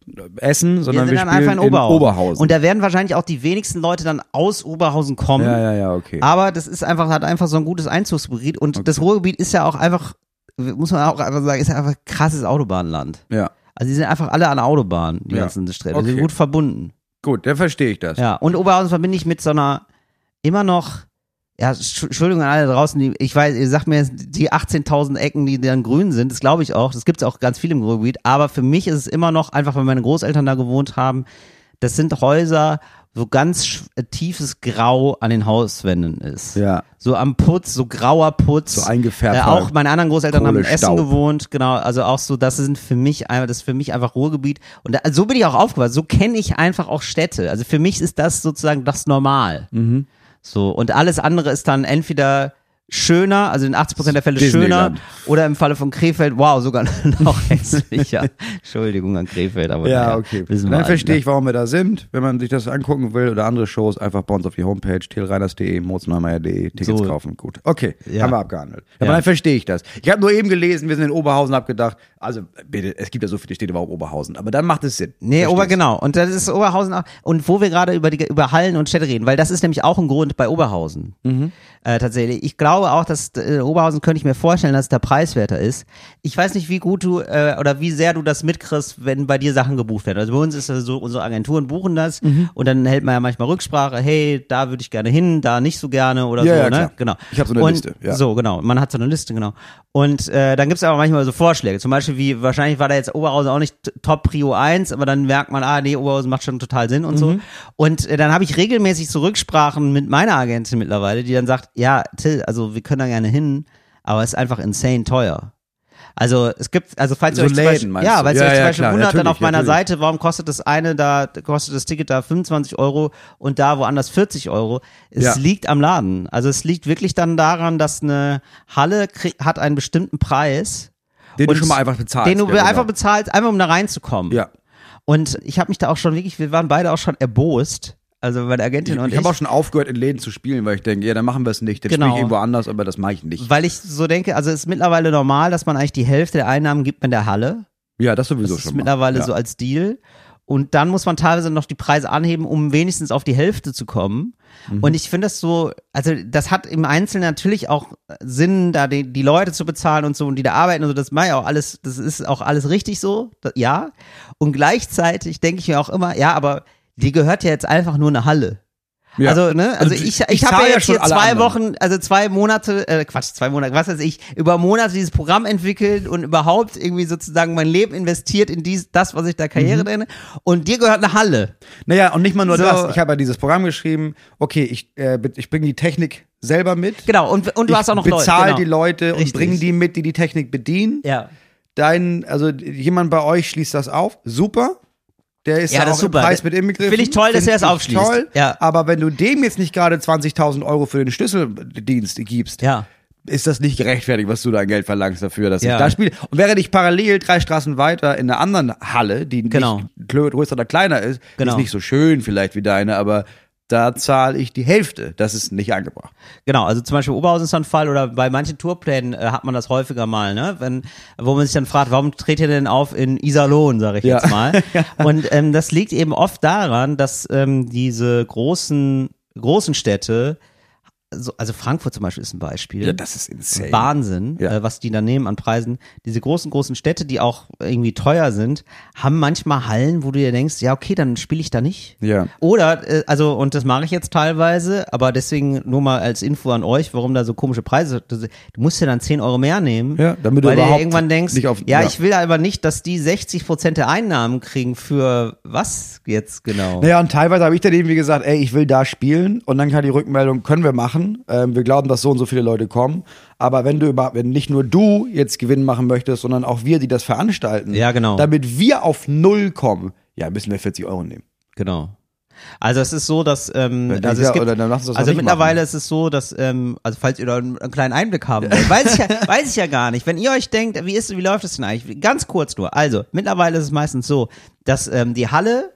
Essen, sondern wir, wir sind wir dann spielen einfach in Oberhausen. Oberhausen. Und da werden wahrscheinlich auch die wenigsten Leute dann aus Oberhausen kommen. Ja, ja, ja, okay. Aber das ist einfach, hat einfach so ein gutes Einzugsgebiet. Und okay. das Ruhrgebiet ist ja auch einfach, muss man auch einfach sagen, ist ja einfach ein krasses Autobahnland. Ja. Also die sind einfach alle an der Autobahn, die ja. ganzen Städte. Okay. Die sind gut verbunden. Gut, dann verstehe ich das. Ja, und Oberhausen verbinde ich mit so einer, immer noch, ja, Entschuldigung an alle draußen, die, ich weiß, ihr sagt mir die achtzehntausend Ecken, die dann grün sind, das glaube ich auch, das gibt es auch ganz viel im Ruhrgebiet, aber für mich ist es immer noch, einfach weil meine Großeltern da gewohnt haben, das sind Häuser, wo ganz tiefes Grau an den Hauswänden ist. Ja. So am Putz, so grauer Putz. So eingefärbt. Äh, auch meine anderen Großeltern Kohle, haben in Essen Staub. gewohnt, genau, also auch so, das sind für mich einfach, das ist für mich einfach Ruhrgebiet. Und da, so bin ich auch aufgewachsen, so kenne ich einfach auch Städte. Also für mich ist das sozusagen das Normal. Mhm. So, und alles andere ist dann entweder schöner, also in achtzig Prozent der Fälle schöner, oder im Falle von Krefeld, wow, sogar noch hässlicher. Entschuldigung an Krefeld, aber ja, naja, okay. wissen wir Dann alle, verstehe ne? ich, warum wir da sind. Wenn man sich das angucken will oder andere Shows, einfach bei uns auf die Homepage tilreiners punkt de, mozenheimer punkt de, Tickets So. kaufen. Gut. Okay, Ja. haben wir abgehandelt. Aber Ja. dann verstehe ich das. Ich habe nur eben gelesen, wir sind in Oberhausen, hab gedacht, also bitte, es gibt ja so viele Städte, warum Oberhausen? Aber dann macht es Sinn. Nee, Verstehst? Ober, genau. Und das ist Oberhausen auch. Und wo wir gerade über die, über Hallen und Städte reden, weil das ist nämlich auch ein Grund bei Oberhausen. Mhm. Äh, tatsächlich. Ich glaube auch, dass äh, Oberhausen könnte ich mir vorstellen, dass es da preiswerter ist. Ich weiß nicht, wie gut du, äh, oder wie sehr du das mitkriegst, wenn bei dir Sachen gebucht werden. Also bei uns ist das so, unsere Agenturen buchen das Mhm. und dann hält man ja manchmal Rücksprache, hey, da würde ich gerne hin, da nicht so gerne oder Ja, so, ja, ne? klar. Genau. Ich habe so eine und, Liste, ja. So, genau. Man hat so eine Liste, genau. Und äh, dann gibt's aber manchmal so Vorschläge. Zum Beispiel wie, wahrscheinlich war da jetzt Oberhausen auch nicht t- Top Prio eins, aber dann merkt man, ah, nee, Oberhausen macht schon total Sinn und Mhm. so. Und äh, dann habe ich regelmäßig so Rücksprachen mit meiner Agentin mittlerweile, die dann sagt, ja, Till, also wir können da gerne hin, aber es ist einfach insane teuer. Also es gibt, also falls So ihr euch zum Läden, Beispiel, meinst ja, du? weil ihr Ja, euch zum ja, Beispiel klar, wundert, dann natürlich, auf meiner natürlich. Seite, warum kostet das eine da, kostet das Ticket da fünfundzwanzig Euro und da woanders vierzig Euro. Es Ja. liegt am Laden. Also es liegt wirklich dann daran, dass eine Halle krieg, hat einen bestimmten Preis. Den und du schon mal einfach bezahlst. Den du ja, einfach genau. bezahlst, einfach um da reinzukommen. Ja. Und ich habe mich da auch schon wirklich, wir waren beide auch schon erbost. Also meine Agentin Ich, und ich ich. habe auch schon aufgehört, in Läden zu spielen, weil ich denke, ja, dann machen wir es nicht. Dann Genau. spiele ich irgendwo anders, aber das mache ich nicht. Weil ich so denke, also es ist mittlerweile normal, dass man eigentlich die Hälfte der Einnahmen gibt in der Halle. Ja, das sowieso Das ist schon mal. mittlerweile ja. so als Deal. Und dann muss man teilweise noch die Preise anheben, um wenigstens auf die Hälfte zu kommen. Mhm. Und ich finde das so, also das hat im Einzelnen natürlich auch Sinn, da die, die Leute zu bezahlen und so und die da arbeiten und so, das mache ich auch alles, das ist auch alles richtig so, das, ja. Und gleichzeitig denke ich mir auch immer, ja, aber die gehört ja jetzt einfach nur eine Halle. Ja. Also, ne, also Und ich, ich ich habe zahle ja ja jetzt schon hier alle zwei anderen. Wochen, also zwei Monate, äh, Quatsch, zwei Monate, was weiß ich, über Monate dieses Programm entwickelt und überhaupt irgendwie sozusagen mein Leben investiert in dies, das, was ich da Karriere Mhm. nenne. Und dir gehört eine Halle. Naja, und nicht mal nur So. das. Ich habe ja dieses Programm geschrieben, okay, ich, äh, ich bringe die Technik selber mit. Genau, und, und du ich hast auch noch Leute. bezahle Genau. die Leute und Richtig. bringe die mit, die die Technik bedienen. Ja. Dein, also jemand bei euch schließt das auf. Super. Der ist Ja, ja das auch ist super. im Preis mit inbegriffen. Finde ich toll, dass Finde er es ich aufschließt. Toll. Ja. Aber wenn du dem jetzt nicht gerade zwanzigtausend Euro für den Schlüsseldienst gibst, Ja. ist das nicht gerechtfertigt, was du da an Geld verlangst dafür, dass Ja. ich da spiele. Und während ich parallel drei Straßen weiter in einer anderen Halle, die Genau. nicht klö- größer oder kleiner ist, die Genau. ist nicht so schön vielleicht wie deine, aber da zahle ich die Hälfte. Das ist nicht angebracht. Genau, also zum Beispiel Oberhausen ist so ein Fall oder bei manchen Tourplänen äh, hat man das häufiger mal, ne? Wenn, wo man sich dann fragt, warum dreht ihr denn auf in Iserlohn, sage ich Ja. jetzt mal. Und ähm, das liegt eben oft daran, dass ähm, diese großen, großen Städte, so, also Frankfurt zum Beispiel ist ein Beispiel. Ja, das ist insane. Wahnsinn, Ja. äh, was die da nehmen an Preisen. Diese großen, großen Städte, die auch irgendwie teuer sind, haben manchmal Hallen, wo du dir denkst, ja, okay, dann spiele ich da nicht. Ja. Oder, äh, also, und das mache ich jetzt teilweise, aber deswegen nur mal als Info an euch, warum da so komische Preise, du, du musst ja dann zehn Euro mehr nehmen, Ja, damit du weil du ja überhaupt irgendwann denkst, nicht auf- ja, ja. ich will aber nicht, dass die sechzig Prozent der Einnahmen kriegen für was jetzt genau? Naja, und teilweise habe ich dann eben wie gesagt, ey, ich will da spielen und dann kam die Rückmeldung, können wir machen. Ähm, wir glauben, dass so und so viele Leute kommen. Aber wenn du über, wenn nicht nur du jetzt Gewinn machen möchtest, sondern auch wir, die das veranstalten, Ja, genau. damit wir auf Null kommen, ja, müssen wir vierzig Euro nehmen. Genau. Also es ist so, dass ähm, Wenn- also ja, es gibt, oder dann lass uns das also nicht mittlerweile machen. ist es so, dass ähm, also falls ihr da einen, einen kleinen Einblick haben wollt, weiß ich ja, weiß ich ja gar nicht. Wenn ihr euch denkt, wie ist, wie läuft das denn eigentlich? Ganz kurz nur. Also mittlerweile ist es meistens so, dass ähm, die Halle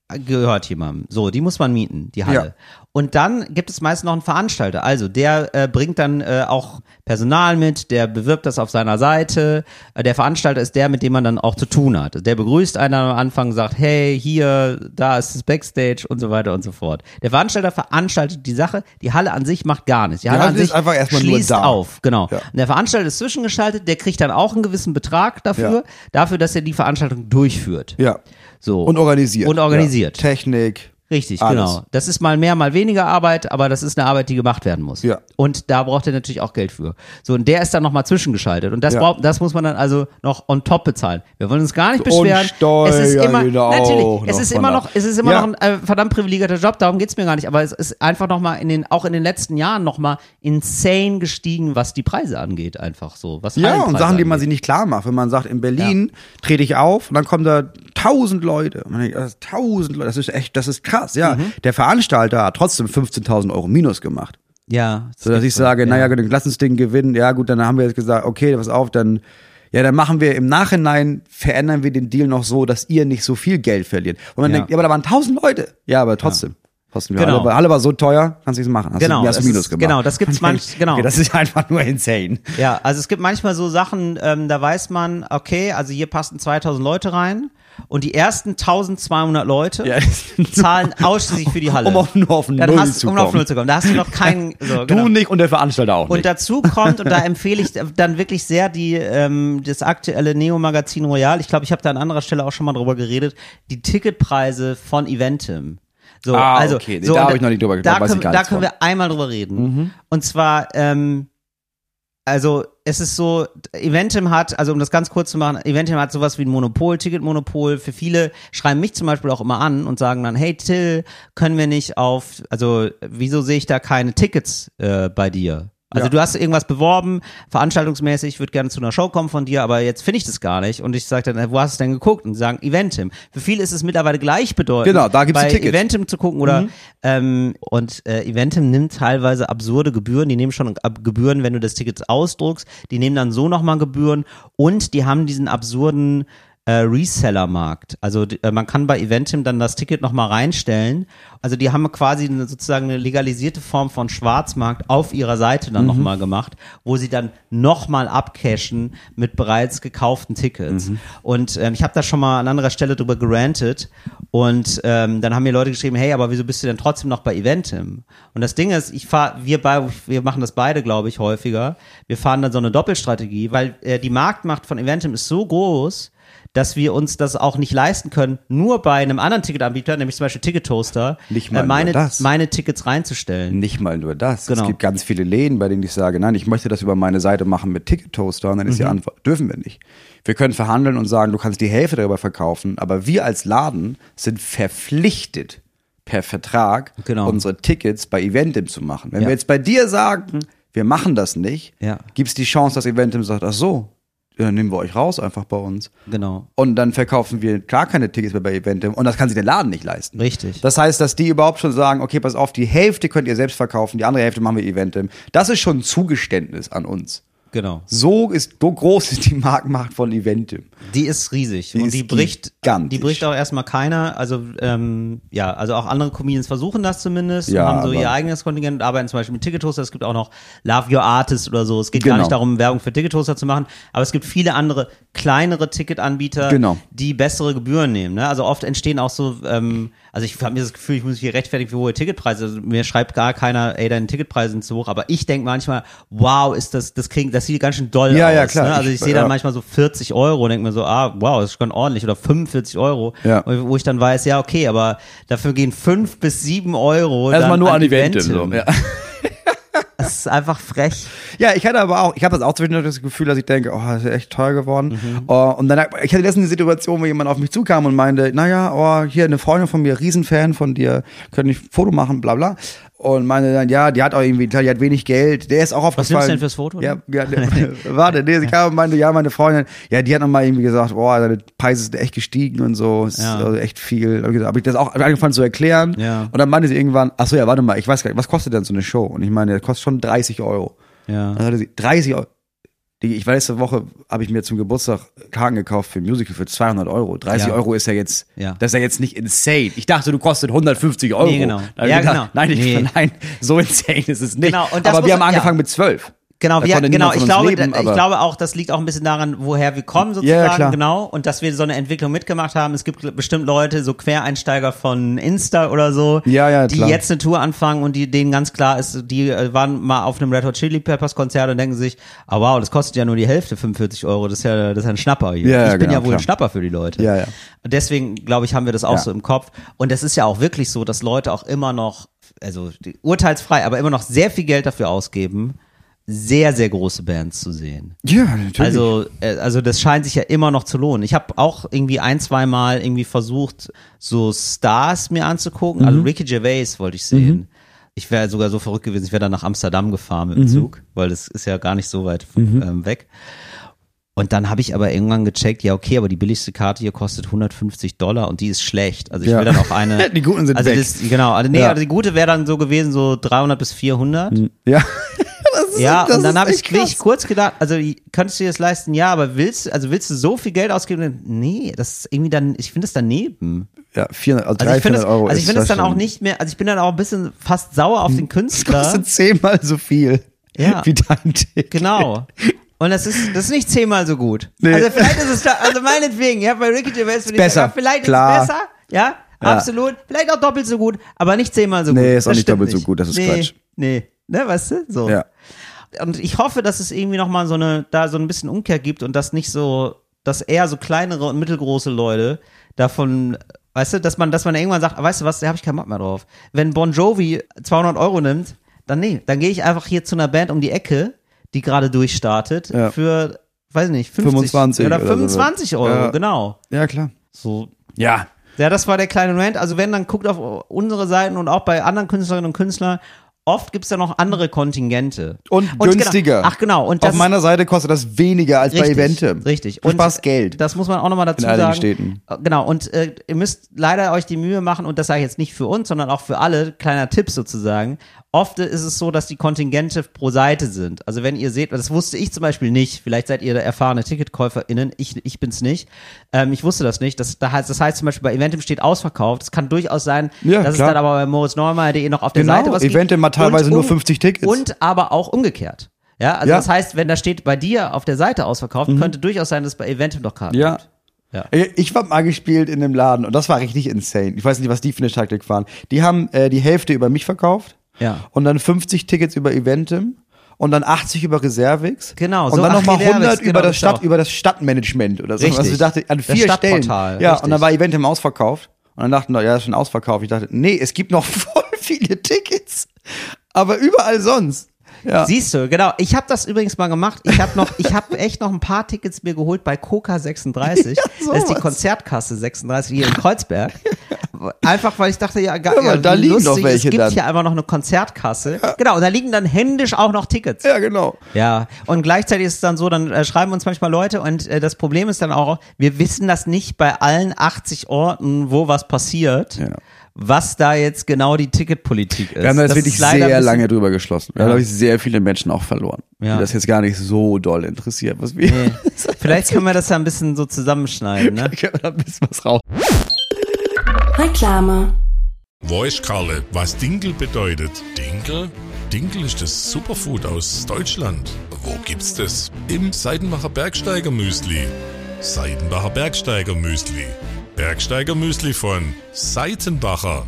gehört jemandem. So, die muss man mieten, die Halle. Ja. Und dann gibt es meist noch einen Veranstalter. Also der äh, bringt dann äh, auch Personal mit, der bewirbt das auf seiner Seite. Äh, der Veranstalter ist der, mit dem man dann auch zu tun hat. Der begrüßt einen am Anfang, sagt, hey, hier, da ist das Backstage und so weiter und so fort. Der Veranstalter veranstaltet die Sache, die Halle an sich macht gar nichts. Die Halle Halle an ist sich einfach erstmal nur schließt da. auf, genau. Ja. Und der Veranstalter ist zwischengeschaltet, der kriegt dann auch einen gewissen Betrag dafür, Ja. dafür, dass er die Veranstaltung durchführt. Ja. So. Und organisiert. Und organisiert. Ja. Technik. Richtig, Alles. genau. Das ist mal mehr, mal weniger Arbeit, aber das ist eine Arbeit, die gemacht werden muss. Ja. Und da braucht er natürlich auch Geld für. So, und der ist dann nochmal zwischengeschaltet. Und das Ja. braucht, das muss man dann also noch on top bezahlen. Wir wollen uns gar nicht beschweren. Und Steuern es ist immer, wieder natürlich, auch es noch ist von immer da. noch, es ist immer Ja. noch ein äh, verdammt privilegierter Job, darum geht's mir gar nicht. Aber es ist einfach nochmal in den, auch in den letzten Jahren nochmal insane gestiegen, was die Preise angeht, einfach so. Was Ja, und Hallenpreise Sachen, die man angeht. sich nicht klar macht. Wenn man sagt, in Berlin trete ich auf und dann kommen da tausend Leute. Und man denkt, das ist tausend Leute, das ist echt, das ist krass. Ja, Mhm. der Veranstalter hat trotzdem fünfzehntausend Euro Minus gemacht. Ja. So dass ich sage, naja, lass uns den gewinnen. Ja gut, dann haben wir jetzt gesagt, okay, pass auf, dann ja, dann machen wir im Nachhinein, verändern wir den Deal noch so, dass ihr nicht so viel Geld verliert. Und man Ja. denkt, ja, aber da waren tausend Leute. Ja, aber trotzdem. Trotzdem, ja, Genau. Halle, Halle war so teuer, kannst du nichts machen. Hast Genau, du, hast das du Minus ist- gemacht. genau, das gibt's Man denkt, manch- genau. Okay, das ist einfach nur insane. Ja, also es gibt manchmal so Sachen, ähm, da weiß man, okay, also hier passen zweitausend Leute rein und die ersten eintausendzweihundert Leute Ja. zahlen ausschließlich für die Halle. Um auf, nur auf Dann Null hast, zu um kommen. auf Null zu kommen. Da hast du noch keinen. So, Du genau. nicht und der Veranstalter auch Und nicht. dazu kommt, und da empfehle ich dann wirklich sehr die ähm, das aktuelle Neo-Magazin Royal. Ich glaube, ich habe da an anderer Stelle auch schon mal drüber geredet. Die Ticketpreise von Eventim. So, Ah, also, okay. Nee, so, da und hab ich noch nicht drüber da geredet, weiß können, ich gar Da nichts können von. wir einmal drüber reden. Und zwar, ähm, also es ist so, Eventim hat, also um das ganz kurz zu machen, Eventim hat sowas wie ein Monopol, Ticketmonopol. Für viele schreiben mich zum Beispiel auch immer an und sagen dann, hey Till, können wir nicht auf, also wieso sehe ich da keine Tickets äh, bei dir? Also Ja. du hast irgendwas beworben, veranstaltungsmäßig, ich würde gerne zu einer Show kommen von dir, aber jetzt finde ich das gar nicht. Und ich sage dann, wo hast du es denn geguckt? Und die sagen, Eventim. Für viele ist es mittlerweile gleichbedeutend, Genau, da gibt's bei die Tickets. Eventim zu gucken oder ähm, und äh, Eventim nimmt teilweise absurde Gebühren, die nehmen schon ab Gebühren, wenn du das Ticket ausdruckst, die nehmen dann so nochmal Gebühren und die haben diesen absurden äh, Reseller-Markt. Also die, äh, man kann bei Eventim dann das Ticket nochmal reinstellen. Also die haben quasi eine, sozusagen eine legalisierte Form von Schwarzmarkt auf ihrer Seite dann nochmal gemacht, wo sie dann nochmal abcashen mit bereits gekauften Tickets. Und ähm, ich habe da schon mal an anderer Stelle drüber gerantet und ähm, dann haben mir Leute geschrieben, hey, aber wieso bist du denn trotzdem noch bei Eventim? Und das Ding ist, ich fahr, wir beide, wir machen das beide, glaube ich, häufiger. Wir fahren dann so eine Doppelstrategie, weil äh, die Marktmacht von Eventim ist so groß, dass wir uns das auch nicht leisten können, nur bei einem anderen Ticketanbieter, nämlich zum Beispiel Ticket Toaster, Nicht mal äh, meine, nur das. meine Tickets reinzustellen. Nicht mal nur das. Genau. Es gibt ganz viele Läden, bei denen ich sage, nein, ich möchte das über meine Seite machen mit Ticket Toaster. Und dann ist die Antwort, dürfen wir nicht. Wir können verhandeln und sagen, du kannst die Hälfte darüber verkaufen, aber wir als Laden sind verpflichtet, per Vertrag Genau. unsere Tickets bei Eventim zu machen. Wenn Ja. wir jetzt bei dir sagen, wir machen das nicht, Ja. gibt es die Chance, dass Eventim sagt, ach so, ja, dann nehmen wir euch raus einfach bei uns. Genau. Und dann verkaufen wir gar keine Tickets mehr bei Eventim und das kann sich der Laden nicht leisten. Richtig. Das heißt, dass die überhaupt schon sagen, okay, pass auf, die Hälfte könnt ihr selbst verkaufen, die andere Hälfte machen wir Eventim. Das ist schon ein Zugeständnis an uns. Genau. So ist, so groß ist die Marktmacht von Eventim. Die ist riesig Die und ist die bricht, gigantisch. die bricht auch erstmal keiner. Also ähm, ja, also auch andere Comedians versuchen das zumindest, Ja, und haben so aber- ihr eigenes Kontingent, arbeiten zum Beispiel mit Ticket Toaster. Es gibt auch noch Love Your Artist oder so. Es geht gar Genau. nicht darum, Werbung für Ticket Toaster zu machen, aber es gibt viele andere kleinere Ticketanbieter, Genau. die bessere Gebühren nehmen. Ne? Also oft entstehen auch so, ähm, also ich habe mir das Gefühl, ich muss mich hier rechtfertigen für hohe Ticketpreise. Also mir schreibt gar keiner, ey, deine Ticketpreise sind zu hoch. Aber ich denke manchmal, wow, ist das, das kriegen, das sieht ganz schön doll Ja, aus. ja, klar. Ne? Also ich, Ich- sehe dann ja. manchmal so vierzig Euro und denke mir so, ah, wow, das ist schon ordentlich. Oder fünfundvierzig Euro. Ja. Wo ich dann weiß, ja, okay, aber dafür gehen fünf bis sieben Euro Erstmal dann nur an an Eventim. Eventim. So. Ja. Das ist einfach frech. Ja, ich hatte aber auch, ich habe das auch zwischendurch das Gefühl, dass ich denke, oh, das ist ja echt teuer geworden. Mhm. Oh, und dann, ich hatte letztens eine Situation, wo jemand auf mich zukam und meinte, naja, oh, hier eine Freundin von mir, Riesenfan von dir, können ich ein Foto machen, bla bla. Und meinte dann, ja, die hat auch irgendwie, die hat wenig Geld, der ist auch Was aufgefallen. nimmst du denn fürs Foto? Ja, ja ne, warte, nee, sie kam und meinte, ja, meine Freundin, ja, die hat nochmal irgendwie gesagt, boah, deine Preise sind echt gestiegen und so, ist Ja. also echt viel. Hab ich, hab ich das auch angefangen zu erklären. Ja. Und dann meinte sie irgendwann, ach so, ja, warte mal, ich weiß gar nicht, was kostet denn so eine Show? Und ich meine, das kostet schon dreißig Euro. Ja. Dann sagte sie, dreißig Euro. Die, ich war letzte Woche, habe ich mir zum Geburtstag Karten gekauft für ein Musical für zweihundert Euro. dreißig Ja. Euro ist ja jetzt, Ja. das ist ja jetzt nicht insane. Ich dachte, du kostet hundertfünfzig Euro. Nee, genau. Da hab ich Ja, gedacht, genau. Nein, ich, Nee. nein, so insane ist es nicht. Genau, und das aber wir muss- haben angefangen ja. mit zwölf. Genau, Da wir, konnte genau. niemand Ich von uns glaube, leben, da, ich aber- glaube auch, das liegt auch ein bisschen daran, woher wir kommen Ja, sozusagen, klar. genau. Und dass wir so eine Entwicklung mitgemacht haben. Es gibt bestimmt Leute, so Quereinsteiger von Insta oder so, Ja, ja, die klar. jetzt eine Tour anfangen und die denen ganz klar ist, die äh, waren mal auf einem Red Hot Chili Peppers Konzert und denken sich, ah wow, das kostet ja nur die Hälfte, fünfundvierzig Euro. Das ist ja, das ist ja ein Schnapper hier. Ja, ja, ich bin genau, ja wohl ein klar. Schnapper für die Leute. Ja, ja. Und deswegen, glaube ich, haben wir das auch Ja. so im Kopf. Und es ist ja auch wirklich so, dass Leute auch immer noch, also die, urteilsfrei, aber immer noch sehr viel Geld dafür ausgeben, sehr, sehr große Bands zu sehen. Ja, natürlich. Also, äh, also das scheint sich ja immer noch zu lohnen. Ich habe auch irgendwie ein, zwei Mal irgendwie versucht, so Stars mir anzugucken. Also Ricky Gervais wollte ich sehen. Ich wäre sogar so verrückt gewesen, ich wäre dann nach Amsterdam gefahren mit dem Zug, weil das ist ja gar nicht so weit ähm, weg. Und dann habe ich aber irgendwann gecheckt, ja okay, aber die billigste Karte hier kostet hundertfünfzig Dollar und die ist schlecht. Also ich Ja. will dann auch eine. Die guten sind also weg. Das, genau, also nee, Ja. also die gute wäre dann so gewesen, so dreihundert bis vierhundert. ja. Das ist, Ja, das und dann ist habe ich echt wirklich krass. kurz gedacht, also könntest du dir das leisten? Ja, aber willst also willst du so viel Geld ausgeben? Nee, das ist irgendwie dann, ich finde es daneben. Ja, vierhundert, also Also ich finde es, dreihundert Euro. also ich ist finde es das dann auch schon- nicht mehr, also ich bin dann auch ein bisschen fast sauer auf den Das Künstler. kostet zehnmal so viel Ja. wie dein Ticket. Genau. Und das ist, das ist nicht zehnmal so gut. Nee. Also vielleicht ist es da, also meinetwegen, ja, bei Ricky Gervais würde ich Besser, sagen, ja, vielleicht klar. ist es besser, ja, Ja. absolut, vielleicht auch doppelt so gut, aber nicht zehnmal so gut. Nee, ist auch Das nicht stimmt doppelt so gut, das ist nee, Quatsch. Nee, ne, weißt du, so. Ja. Und ich hoffe, dass es irgendwie nochmal so eine, da so ein bisschen Umkehr gibt und dass nicht so, dass eher so kleinere und mittelgroße Leute davon, weißt du, dass man, dass man irgendwann sagt, weißt du was, da habe ich keinen Bock mehr drauf. Wenn Bon Jovi zweihundert Euro nimmt, dann nee, dann gehe ich einfach hier zu einer Band um die Ecke, die gerade durchstartet, Ja. für, weiß nicht, fünfzig fünfundzwanzig oder oder fünfundzwanzig so. Euro, Ja. genau. Ja, klar. So. Ja. Ja, das war der kleine Rant. Also wenn, dann guckt auf unsere Seiten und auch bei anderen Künstlerinnen und Künstlern. Oft gibt's ja noch andere Kontingente. Und, Und günstiger. Genau, ach genau. Und Auf das meiner Seite kostet das weniger als bei Richtig, Eventem. richtig. Du sparst Geld. Das muss man auch nochmal dazu In einigen sagen. Städten. Genau, und äh, ihr müsst leider euch die Mühe machen, und das sage ich jetzt nicht für uns, sondern auch für alle, kleiner Tipp sozusagen. Oft ist es so, dass die Kontingente pro Seite sind. Also wenn ihr seht, das wusste ich zum Beispiel nicht, vielleicht seid ihr da erfahrene TicketkäuferInnen, ich, ich bin's nicht. Ähm, ich wusste das nicht. Das, das, heißt, das heißt zum Beispiel bei Eventim steht ausverkauft. Es kann durchaus sein, Ja, dass klar. es dann aber bei moritz neumeier punkt de noch auf der Genau, Seite was gibt. Eventim hat teilweise Und nur um- fünfzig Tickets. Und aber auch umgekehrt. Ja, also Ja. das heißt, wenn da steht bei dir auf der Seite ausverkauft, könnte durchaus sein, dass es bei Eventim noch Karten Ja. gibt. Ja. Ich hab mal gespielt in einem Laden und das war richtig insane. Ich weiß nicht, was die für eine Taktik waren. Die haben äh, die Hälfte über mich verkauft Ja. und dann fünfzig Tickets über Eventim und dann achtzig über Reservix. Genau, Und so, dann ach, nochmal Reservix, hundert genau, über das das ist Stadt, auch- über das Stadtmanagement oder so. Richtig. Also ich dachte, an Das vier Stellen. Stadtportal, Ja, richtig. und dann war Eventim ausverkauft. Und dann dachten wir, ja, das ist schon ausverkauft. Ich dachte, nee, es gibt noch voll viele Tickets. Aber überall sonst. Ja. Siehst du, genau. Ich habe das übrigens mal gemacht. Ich habe noch, ich habe echt noch ein paar Tickets mir geholt bei Coca sechsunddreißig. Ja, das ist die sowas. Konzertkasse sechsunddreißig hier in Kreuzberg. Einfach, weil ich dachte, ja, Ja, geil, aber ja, da wie liegen lustig, doch welche es gibt dann. hier einfach noch eine Konzertkasse. Genau, und da liegen dann händisch auch noch Tickets. Ja, genau. Ja, und gleichzeitig ist es dann so, dann äh, schreiben uns manchmal Leute und äh, das Problem ist dann auch, wir wissen das nicht bei allen achtzig Orten, wo was passiert, Ja. was da jetzt genau die Ticketpolitik ist. Wir haben da jetzt Das wirklich ist leider ein sehr bisschen- lange drüber geschlossen. Wir Ja. haben, glaube ich, sehr viele Menschen auch verloren. Ja. Die das jetzt gar nicht so doll interessiert, was wir. Nee. Vielleicht können wir das ja ein bisschen so zusammenschneiden, ne? können wir da ein bisschen was raus. Reklame. Weiß Karle, was Dinkel bedeutet? Dinkel? Dinkel ist das Superfood aus Deutschland. Wo gibt's das? Im Seidenbacher Bergsteiger Müsli. Seidenbacher Bergsteiger Müsli. Bergsteiger Müsli von Seitenbacher.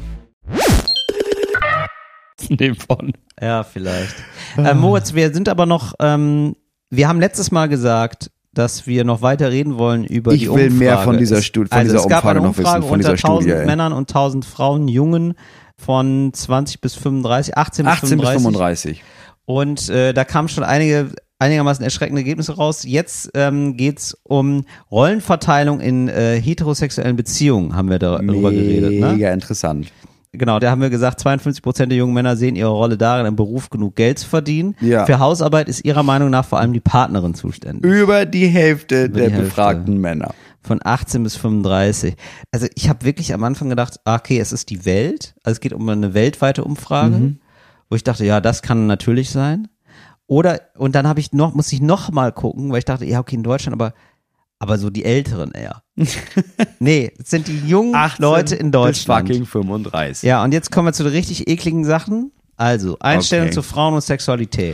Dem von. Ja, vielleicht. Äh, Moritz, wir sind aber noch, ähm, wir haben letztes Mal gesagt, dass wir noch weiter reden wollen über Ich die will Umfrage. mehr von dieser Es- Stu- von also dieser es gab eine Umfrage noch wissen, Umfrage von unter dieser tausend Studie, ey. Männern und tausend Frauen, Jungen von zwanzig bis fünfunddreißig, achtzehn bis achtzehn bis fünfunddreißig. fünfunddreißig. Und äh, da kamen schon einige einigermaßen erschreckende Ergebnisse raus. Jetzt ähm, geht's um Rollenverteilung in äh, heterosexuellen Beziehungen, haben wir darüber geredet. Ne? Mega interessant. Genau, da haben wir gesagt, zweiundfünfzig Prozent der jungen Männer sehen ihre Rolle darin, im Beruf genug Geld zu verdienen. Ja. Für Hausarbeit ist ihrer Meinung nach vor allem die Partnerin zuständig. Über die Hälfte Über der die Hälfte. befragten Männer. Von achtzehn bis fünfunddreißig. Also ich habe wirklich am Anfang gedacht, ah, okay, es ist die Welt. Also es geht um eine weltweite Umfrage, Mhm. wo ich dachte, ja, das kann natürlich sein. Oder, und dann habe ich noch, muss ich noch mal gucken, weil ich dachte, ja, okay, in Deutschland, aber, aber so die Älteren eher. Nee, es sind die jungen Leute in Deutschland. Bis fucking fünfunddreißig. Ja, und jetzt kommen wir zu den richtig ekligen Sachen. Also, Einstellung Okay. zu Frauen und Sexualität.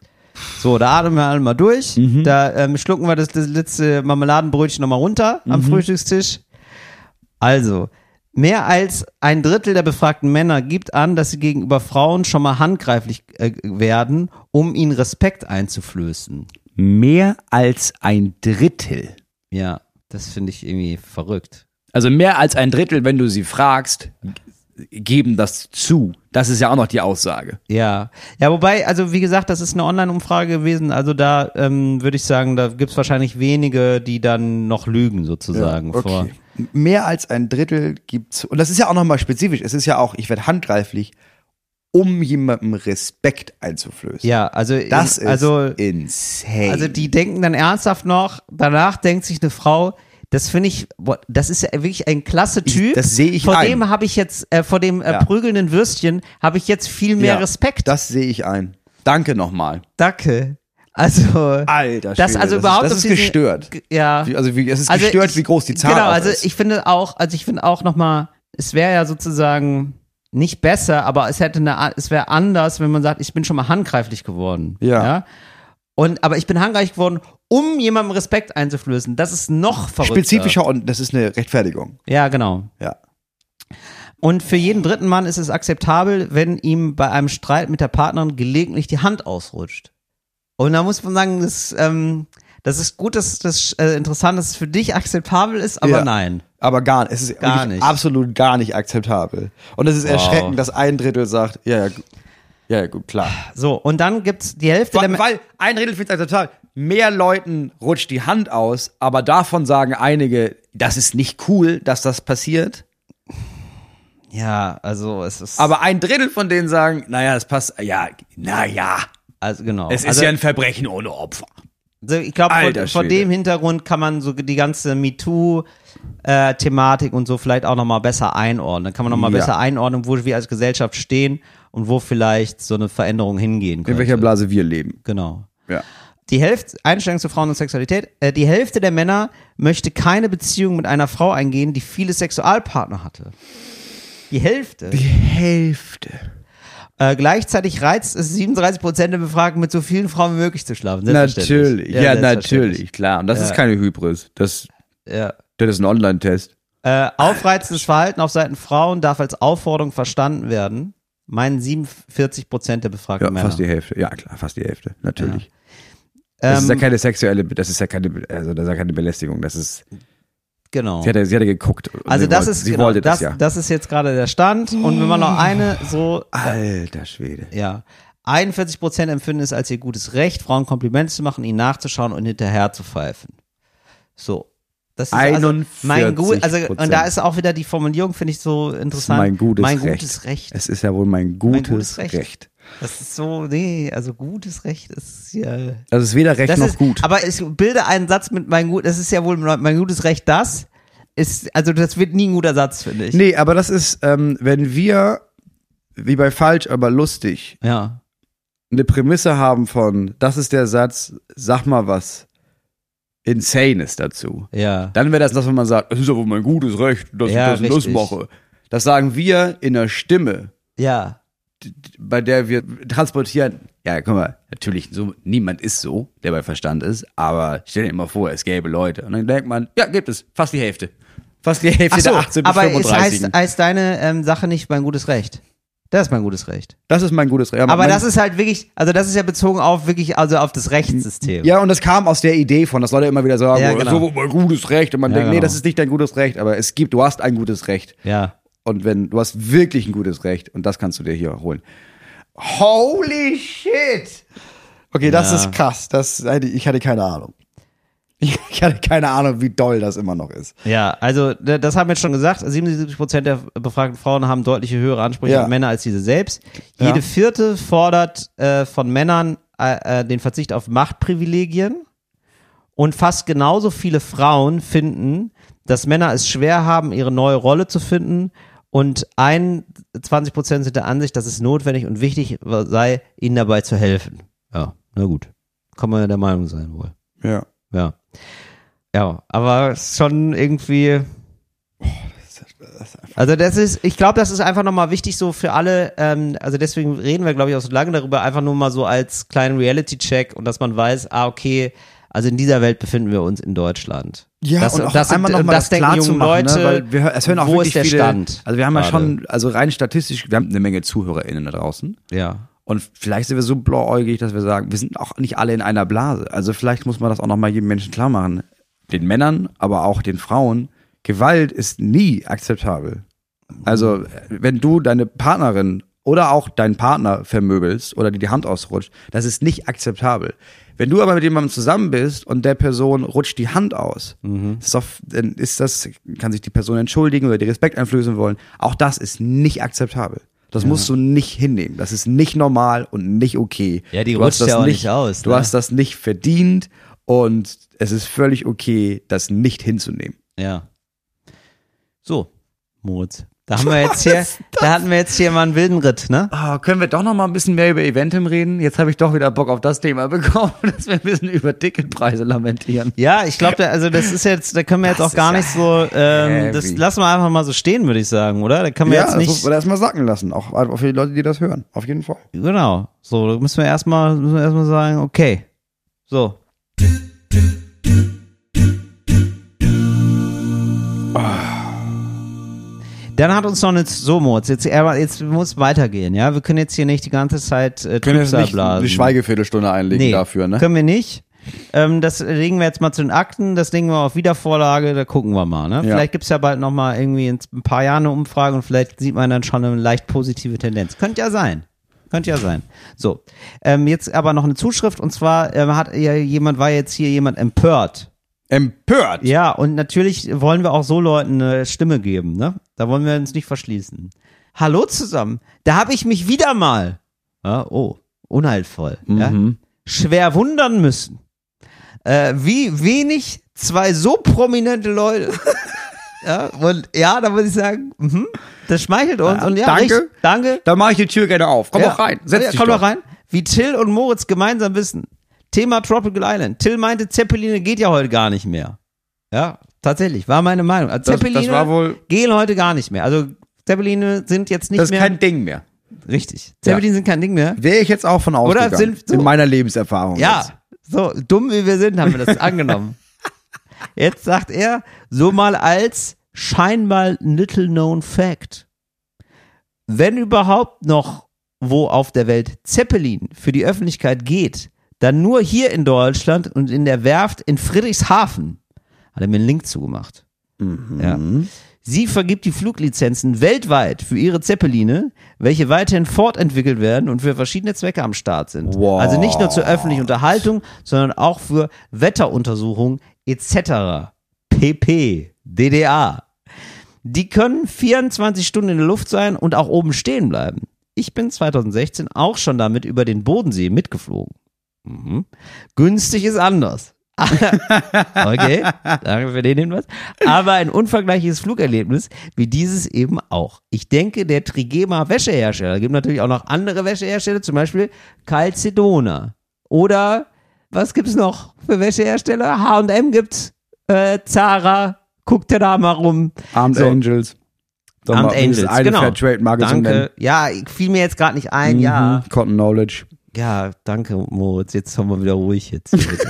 So, da atmen wir alle mal durch. Mhm. Da ähm, schlucken wir das, das letzte Marmeladenbrötchen nochmal runter am Mhm. Frühstückstisch. Also, mehr als ein Drittel der befragten Männer gibt an, dass sie gegenüber Frauen schon mal handgreiflich äh, werden, um ihnen Respekt einzuflößen. Mehr als ein Drittel. Ja, das finde ich irgendwie verrückt. Also mehr als ein Drittel, wenn du sie fragst, geben das zu. Das ist ja auch noch die Aussage. Ja, ja, wobei, also wie gesagt, das ist eine Online-Umfrage gewesen, also da ähm, würde ich sagen, da gibt es wahrscheinlich wenige, die dann noch lügen sozusagen. Ja, vor. okay. Mehr als ein Drittel gibt's. Und das ist ja auch nochmal spezifisch. Es ist ja auch, ich werde handgreiflich, um jemandem Respekt einzuflößen. Ja, also Das ist also, insane. also die denken dann ernsthaft noch, danach denkt sich eine Frau, das finde ich, boah, das ist ja wirklich ein klasse Typ. Ich- das sehe ich Vor ein. dem habe ich jetzt, äh, vor dem äh, Ja. prügelnden Würstchen habe ich jetzt viel mehr Ja, Respekt. Das sehe ich ein. Danke nochmal. Danke. Also, Alter das Schwede, also das überhaupt ist, auf das ist diesen- gestört. G- Ja. Wie, also wie, es ist Also gestört, ich- wie groß die Zahl Genau, auch also ist. ich finde auch, also ich finde auch nochmal, es wäre ja sozusagen nicht besser, aber es hätte eine, es wäre anders, wenn man sagt, ich bin schon mal handgreiflich geworden. Ja. Und, aber ich bin handgreiflich geworden, um jemandem Respekt einzuflößen. Das ist noch verrückter. Spezifischer und das ist eine Rechtfertigung. Ja, genau. Ja. Und für jeden dritten Mann ist es akzeptabel, wenn ihm bei einem Streit mit der Partnerin gelegentlich die Hand ausrutscht. Und da muss man sagen, das, ähm, das ist gut, dass das äh, interessant, dass es für dich akzeptabel ist, aber Ja. nein. Aber gar nicht. Es ist Gar wirklich nicht. absolut gar nicht akzeptabel. Und es ist Wow. erschreckend, dass ein Drittel sagt, ja, ja, gu- ja, ja gut, klar. So, und dann gibt's die Hälfte der Weil, weil ein Drittel findet es akzeptabel. Mehr Leuten rutscht die Hand aus, aber davon sagen einige, das ist nicht cool, dass das passiert. Ja, also es ist. Aber ein Drittel von denen sagen, naja, das passt, ja, naja, also genau. es ist also, ja ein Verbrechen ohne Opfer. also ich glaube, Alter vor, vor Schwede. dem Hintergrund kann man so die ganze MeToo-Thematik und so vielleicht auch nochmal besser einordnen. Kann man nochmal Ja. besser einordnen, wo wir als Gesellschaft stehen und wo vielleicht so eine Veränderung hingehen könnte. In welcher Blase wir leben. Genau. Ja. Die Hälfte, Einstellung zu Frauen und Sexualität, äh, die Hälfte der Männer möchte keine Beziehung mit einer Frau eingehen, die viele Sexualpartner hatte. Die Hälfte. Die Hälfte. Äh, gleichzeitig reizt es siebenunddreißig Prozent der Befragten, mit so vielen Frauen wie möglich zu schlafen. Selbstverständlich. Natürlich, ja, selbstverständlich. natürlich, klar. Und das Ja. ist keine Hybris. Das, Ja. das ist ein Online-Test. Äh, aufreizendes Verhalten auf Seiten Frauen darf als Aufforderung verstanden werden. Meinen siebenundvierzig Prozent der befragten Ja, Männer. fast die Hälfte. Ja, klar, fast die Hälfte. Natürlich. Das ist ja Ähm, keine sexuelle, das ist ja keine, also das ist ja keine Belästigung. Das ist, genau. sie hat ja, sie hat ja geguckt. und Also sie das wollte, ist sie genau, wollte das, das, ja. das ist jetzt gerade der Stand. Und wenn man noch eine so, Alter Schwede. ja, einundvierzig Prozent empfinden es als ihr gutes Recht, Frauen Komplimente zu machen, ihnen nachzuschauen und hinterher zu pfeifen. So. Das ist also mein gut, also und da ist auch wieder die Formulierung, finde ich so Das ist interessant. mein gutes mein Recht. gutes Recht. Es ist ja wohl mein gutes, gutes Recht. Recht. Das ist so, nee, also gutes Recht ist ja. Das ist weder Recht Das noch ist, gut. Aber ich bilde einen Satz mit mein gut, das ist ja wohl mein gutes Recht, das ist, also das wird nie ein guter Satz, finde ich. Nee, aber das ist, ähm, wenn wir, wie bei falsch, aber lustig, Ja. eine Prämisse haben von, das ist der Satz, sag mal was Insanes dazu. Ja. Dann wäre das das, wenn man sagt, es ist ja wohl mein gutes Recht, dass Ja, ich das und das richtig. mache. Das sagen wir in einer Stimme, Ja. bei der wir transportieren. Ja, guck mal, natürlich, so, niemand ist so, der bei Verstand ist, aber stell dir mal vor, es gäbe Leute. Und dann denkt man, ja, gibt es, fast die Hälfte. Fast die Hälfte Ach so, der achtzehn bis aber es fünfunddreißig. heißt, heißt deine ähm, Sache nicht mein gutes Recht. Das ist mein gutes Recht. Das ist mein gutes Recht. Aber mein, das ist halt wirklich, also das ist ja bezogen auf wirklich, also auf das Rechtssystem. Ja, und das kam aus der Idee von, dass Leute immer wieder sagen, Ja, oh, genau. so wohl mein gutes Recht. Und man Ja, denkt, nee, genau. das ist nicht dein gutes Recht, aber es gibt, du hast ein gutes Recht. Ja. Und wenn, du hast wirklich ein gutes Recht und das kannst du dir hier holen. Holy shit! Okay, das Ja. ist krass. Das, ich hatte keine Ahnung. Ich hatte keine Ahnung, wie doll das immer noch ist. Ja, also d- das haben wir jetzt schon gesagt, siebenundsiebzig Prozent der befragten Frauen haben deutliche höhere Ansprüche Ja. an Männer als diese selbst. Ja. Jede vierte fordert äh, von Männern äh, äh, den Verzicht auf Machtprivilegien und fast genauso viele Frauen finden, dass Männer es schwer haben, ihre neue Rolle zu finden und einundzwanzig Prozent sind der Ansicht, dass es notwendig und wichtig sei, ihnen dabei zu helfen. Ja, Na gut. Kann man ja der Meinung sein wohl. Ja. Ja. Ja, aber es ist schon irgendwie. Also das ist, ich glaube, das ist einfach nochmal wichtig so für alle, ähm, also deswegen reden wir, glaube ich, auch so lange darüber, einfach nur mal so als kleinen Reality-Check und dass man weiß, ah, okay, also in dieser Welt befinden wir uns in Deutschland. Ja, das, und auch das, einmal nochmal das, das klar zu machen, Leute, ne? Weil wir, es hören auch wo wirklich ist der viele, Stand? Also wir haben ja gerade. schon, also rein statistisch, wir haben eine Menge ZuhörerInnen da draußen. Ja. Und vielleicht sind wir so blauäugig, dass wir sagen, wir sind auch nicht alle in einer Blase. Also vielleicht muss man das auch nochmal jedem Menschen klar machen. Den Männern, aber auch den Frauen, Gewalt ist nie akzeptabel. Also wenn du deine Partnerin oder auch deinen Partner vermöbelst oder dir die Hand ausrutscht, das ist nicht akzeptabel. Wenn du aber mit jemandem zusammen bist und der Person rutscht die Hand aus, mhm. ist, doch, dann ist das, kann sich die Person entschuldigen oder dir Respekt einflößen wollen. Auch das ist nicht akzeptabel. Das ja. musst du nicht hinnehmen. Das ist nicht normal und nicht okay. Ja, die du rutscht ja auch nicht, nicht aus. Du ne? hast das nicht verdient und es ist völlig okay, das nicht hinzunehmen. Ja. So, Moritz. Da haben wir jetzt hier, da hatten wir jetzt hier mal einen wilden Ritt, ne? Oh, können wir doch noch mal ein bisschen mehr über Eventim reden? Jetzt habe ich doch wieder Bock auf das Thema bekommen, dass wir ein bisschen über Ticketpreise lamentieren. Ja, ich glaube, da, also das ist jetzt, da können wir jetzt das auch gar ja nicht so, ähm, das lassen wir einfach mal so stehen, würde ich sagen, oder? Da können wir ja, jetzt nicht. das muss man erstmal sacken lassen, auch, auch für die Leute, die das hören, auf jeden Fall. Genau. So, da müssen wir erstmal, müssen wir erstmal sagen, okay. So. Dann hat uns noch eine, so Moritz, jetzt, jetzt muss weitergehen, ja, wir können jetzt hier nicht die ganze Zeit äh, können jetzt nicht blasen. eine Schweigeviertelstunde einlegen nee, dafür, ne? können wir nicht. Ähm, das legen wir jetzt mal zu den Akten, das legen wir auf Wiedervorlage, da gucken wir mal, ne? Ja. Vielleicht gibt's ja bald nochmal irgendwie in ein paar Jahren eine Umfrage und vielleicht sieht man dann schon eine leicht positive Tendenz. Könnte ja sein. Könnte ja sein. So, ähm, jetzt aber noch eine Zuschrift und zwar ähm, hat ja jemand, war jetzt hier jemand empört. Empört? Ja, und natürlich wollen wir auch so Leuten eine Stimme geben, ne? Da wollen wir uns nicht verschließen. Hallo zusammen, da habe ich mich wieder mal, ja, oh, unheilvoll, mhm. ja, schwer wundern müssen, äh, wie wenig zwei so prominente Leute, ja, und ja, da muss ich sagen, mh, das schmeichelt uns. Ja, und ja, danke, richtig, danke. Da mache ich die Tür gerne auf, komm ja, doch rein, setz ja, dich komm doch. doch rein. Wie Till und Moritz gemeinsam wissen, Thema Tropical Island. Till meinte, Zeppeline geht ja heute gar nicht mehr. Ja, tatsächlich, war meine Meinung. Also das, Zeppeline das war wohl gehen heute gar nicht mehr. Also Zeppeline sind jetzt nicht mehr. Das ist mehr. kein Ding mehr. Richtig. Zeppelin ja. sind kein Ding mehr. Wäre ich jetzt auch von ausgegangen. Oder sind so, in meiner Lebenserfahrung. Ja, jetzt. so dumm wie wir sind, haben wir das angenommen. Jetzt sagt er, so mal als scheinbar little known fact. Wenn überhaupt noch wo auf der Welt Zeppelin für die Öffentlichkeit geht, dann nur hier in Deutschland und in der Werft in Friedrichshafen. Hat er mir einen Link zugemacht. Mhm. Ja. Sie vergibt die Fluglizenzen weltweit für ihre Zeppeline, welche weiterhin fortentwickelt werden und für verschiedene Zwecke am Start sind. Wow. Also nicht nur zur öffentlichen Unterhaltung, sondern auch für Wetteruntersuchungen et cetera. pp. D D A. Die können vierundzwanzig Stunden in der Luft sein und auch oben stehen bleiben. Ich bin zwanzig sechzehn auch schon damit über den Bodensee mitgeflogen. Mhm. Günstig ist anders. Okay, danke für den Hinweis. Aber ein unvergleichliches Flugerlebnis wie dieses eben auch. Ich denke, der Trigema Wäschehersteller, gibt natürlich auch noch andere Wäschehersteller, zum Beispiel Calcedona. Oder, was gibt's noch für Wäschehersteller? H und M gibt's, äh, Zara, guckt ihr da mal rum. Armed so. Angels. Armed Angels, eine genau. Fairtrade-Marke zu Danke. nennen. Ja, fiel mir jetzt gerade nicht ein, Mhm. ja. Cotton Knowledge. Ja, danke, Moritz. Jetzt haben wir wieder ruhig jetzt. Bitte.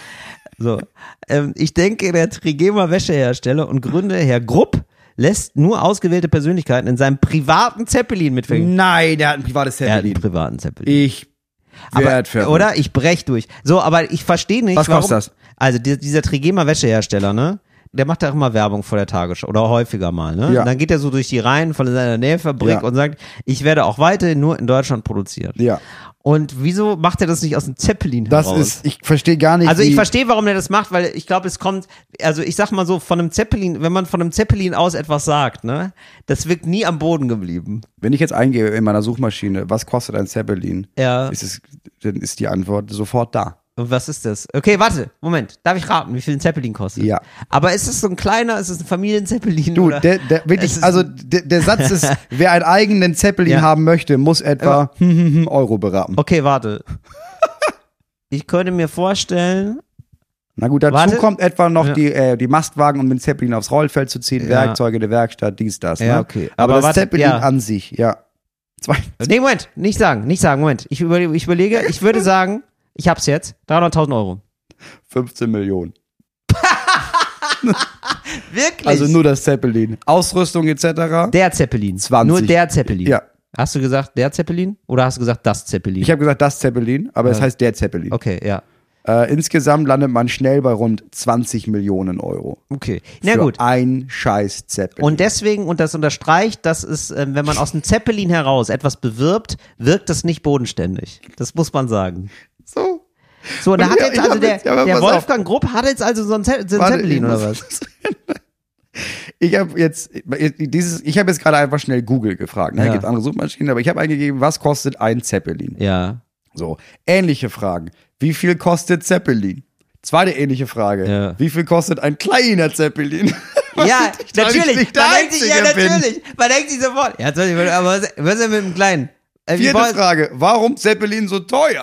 So, ähm, ich denke, der Trigema Wäschehersteller und Gründer Herr Grupp lässt nur ausgewählte Persönlichkeiten in seinem privaten Zeppelin mitfliegen. Nein, der hat ein privates Er hat einen Zeppelin. privaten Zeppelin. Ich werd verrückt. Oder? Ich brech durch. So, aber ich verstehe nicht, Was warum. kostet das? Also die, dieser Trigema Wäschehersteller, ne? Der macht da auch immer Werbung vor der Tagesschau oder häufiger mal, ne? Ja. Und dann geht er so durch die Reihen von seiner Nähfabrik Ja. und sagt, ich werde auch weiterhin nur in Deutschland produziert. Ja. Und wieso macht er das nicht aus dem Zeppelin Das heraus? ist, ich verstehe gar nicht. Also ich wie- verstehe, warum er das macht, weil ich glaube, es kommt, also ich sag mal so, von einem Zeppelin, wenn man von einem Zeppelin aus etwas sagt, ne, das wirkt nie am Boden geblieben. Wenn ich jetzt eingebe in meiner Suchmaschine, was kostet ein Zeppelin, Ja. ist es, dann ist die Antwort sofort da. Und was ist das? Okay, warte, Moment, darf ich raten, wie viel ein Zeppelin kostet? Ja. Aber ist es so ein kleiner, ist es ein Familienzeppelin? Du, oder? der, der, Es wirklich, ist also ein- der, der Satz ist, wer einen eigenen Zeppelin Ja. haben möchte, muss etwa Euro beraten. Okay, warte. ich könnte mir vorstellen, Na gut, dazu Warte. kommt etwa noch Ja. die, äh, die Mastwagen, um den Zeppelin aufs Rollfeld zu ziehen, Ja. Werkzeuge der Werkstatt, dies, das. Ja, ne? okay. Aber, Aber das warte, Zeppelin ja. an sich, ja. Zwei, nee, Moment, nicht sagen, nicht sagen, Moment. Ich überlege, ich, überlege, ich würde sagen, ich hab's jetzt, dreihunderttausend Euro. fünfzehn Millionen. Wirklich? Also nur das Zeppelin. Ausrüstung et cetera. der Zeppelin. zwanzig. Nur der Zeppelin. Ja. Hast du gesagt der Zeppelin oder hast du gesagt das Zeppelin? Ich habe gesagt das Zeppelin, aber es Ja. heißt der Zeppelin. Okay, ja. Äh, insgesamt landet man schnell bei rund zwanzig Millionen Euro. Okay. Na für gut. ein scheiß Zeppelin. Und deswegen, und das unterstreicht, dass es, ähm, wenn man aus dem Zeppelin heraus etwas bewirbt, wirkt es nicht bodenständig. Das muss man sagen. so. So, und da Und hat ja, jetzt ich also hab der, jetzt- ja, aber der pass auf. Wolfgang Grupp hat jetzt also so ein, Ze so ein Warte, Zeppelin ich oder muss- was? Ich habe jetzt dieses, ich habe jetzt gerade einfach schnell Google gefragt. Ne? Ja. Gibt andere Suchmaschinen, aber ich habe eingegeben, was kostet ein Zeppelin? Ja. So, ähnliche Fragen. Wie viel kostet Zeppelin? Zweite ähnliche Frage. Ja. Wie viel kostet ein kleiner Zeppelin? Ja, ich da natürlich. nicht der Man denkt sich, ja, Einzige bin. natürlich. Man denkt sich sofort. Ja, soll ich, aber was, was ist denn mit dem Kleinen? Äh, wie Vierte voll- Frage. Warum Zeppelin so teuer?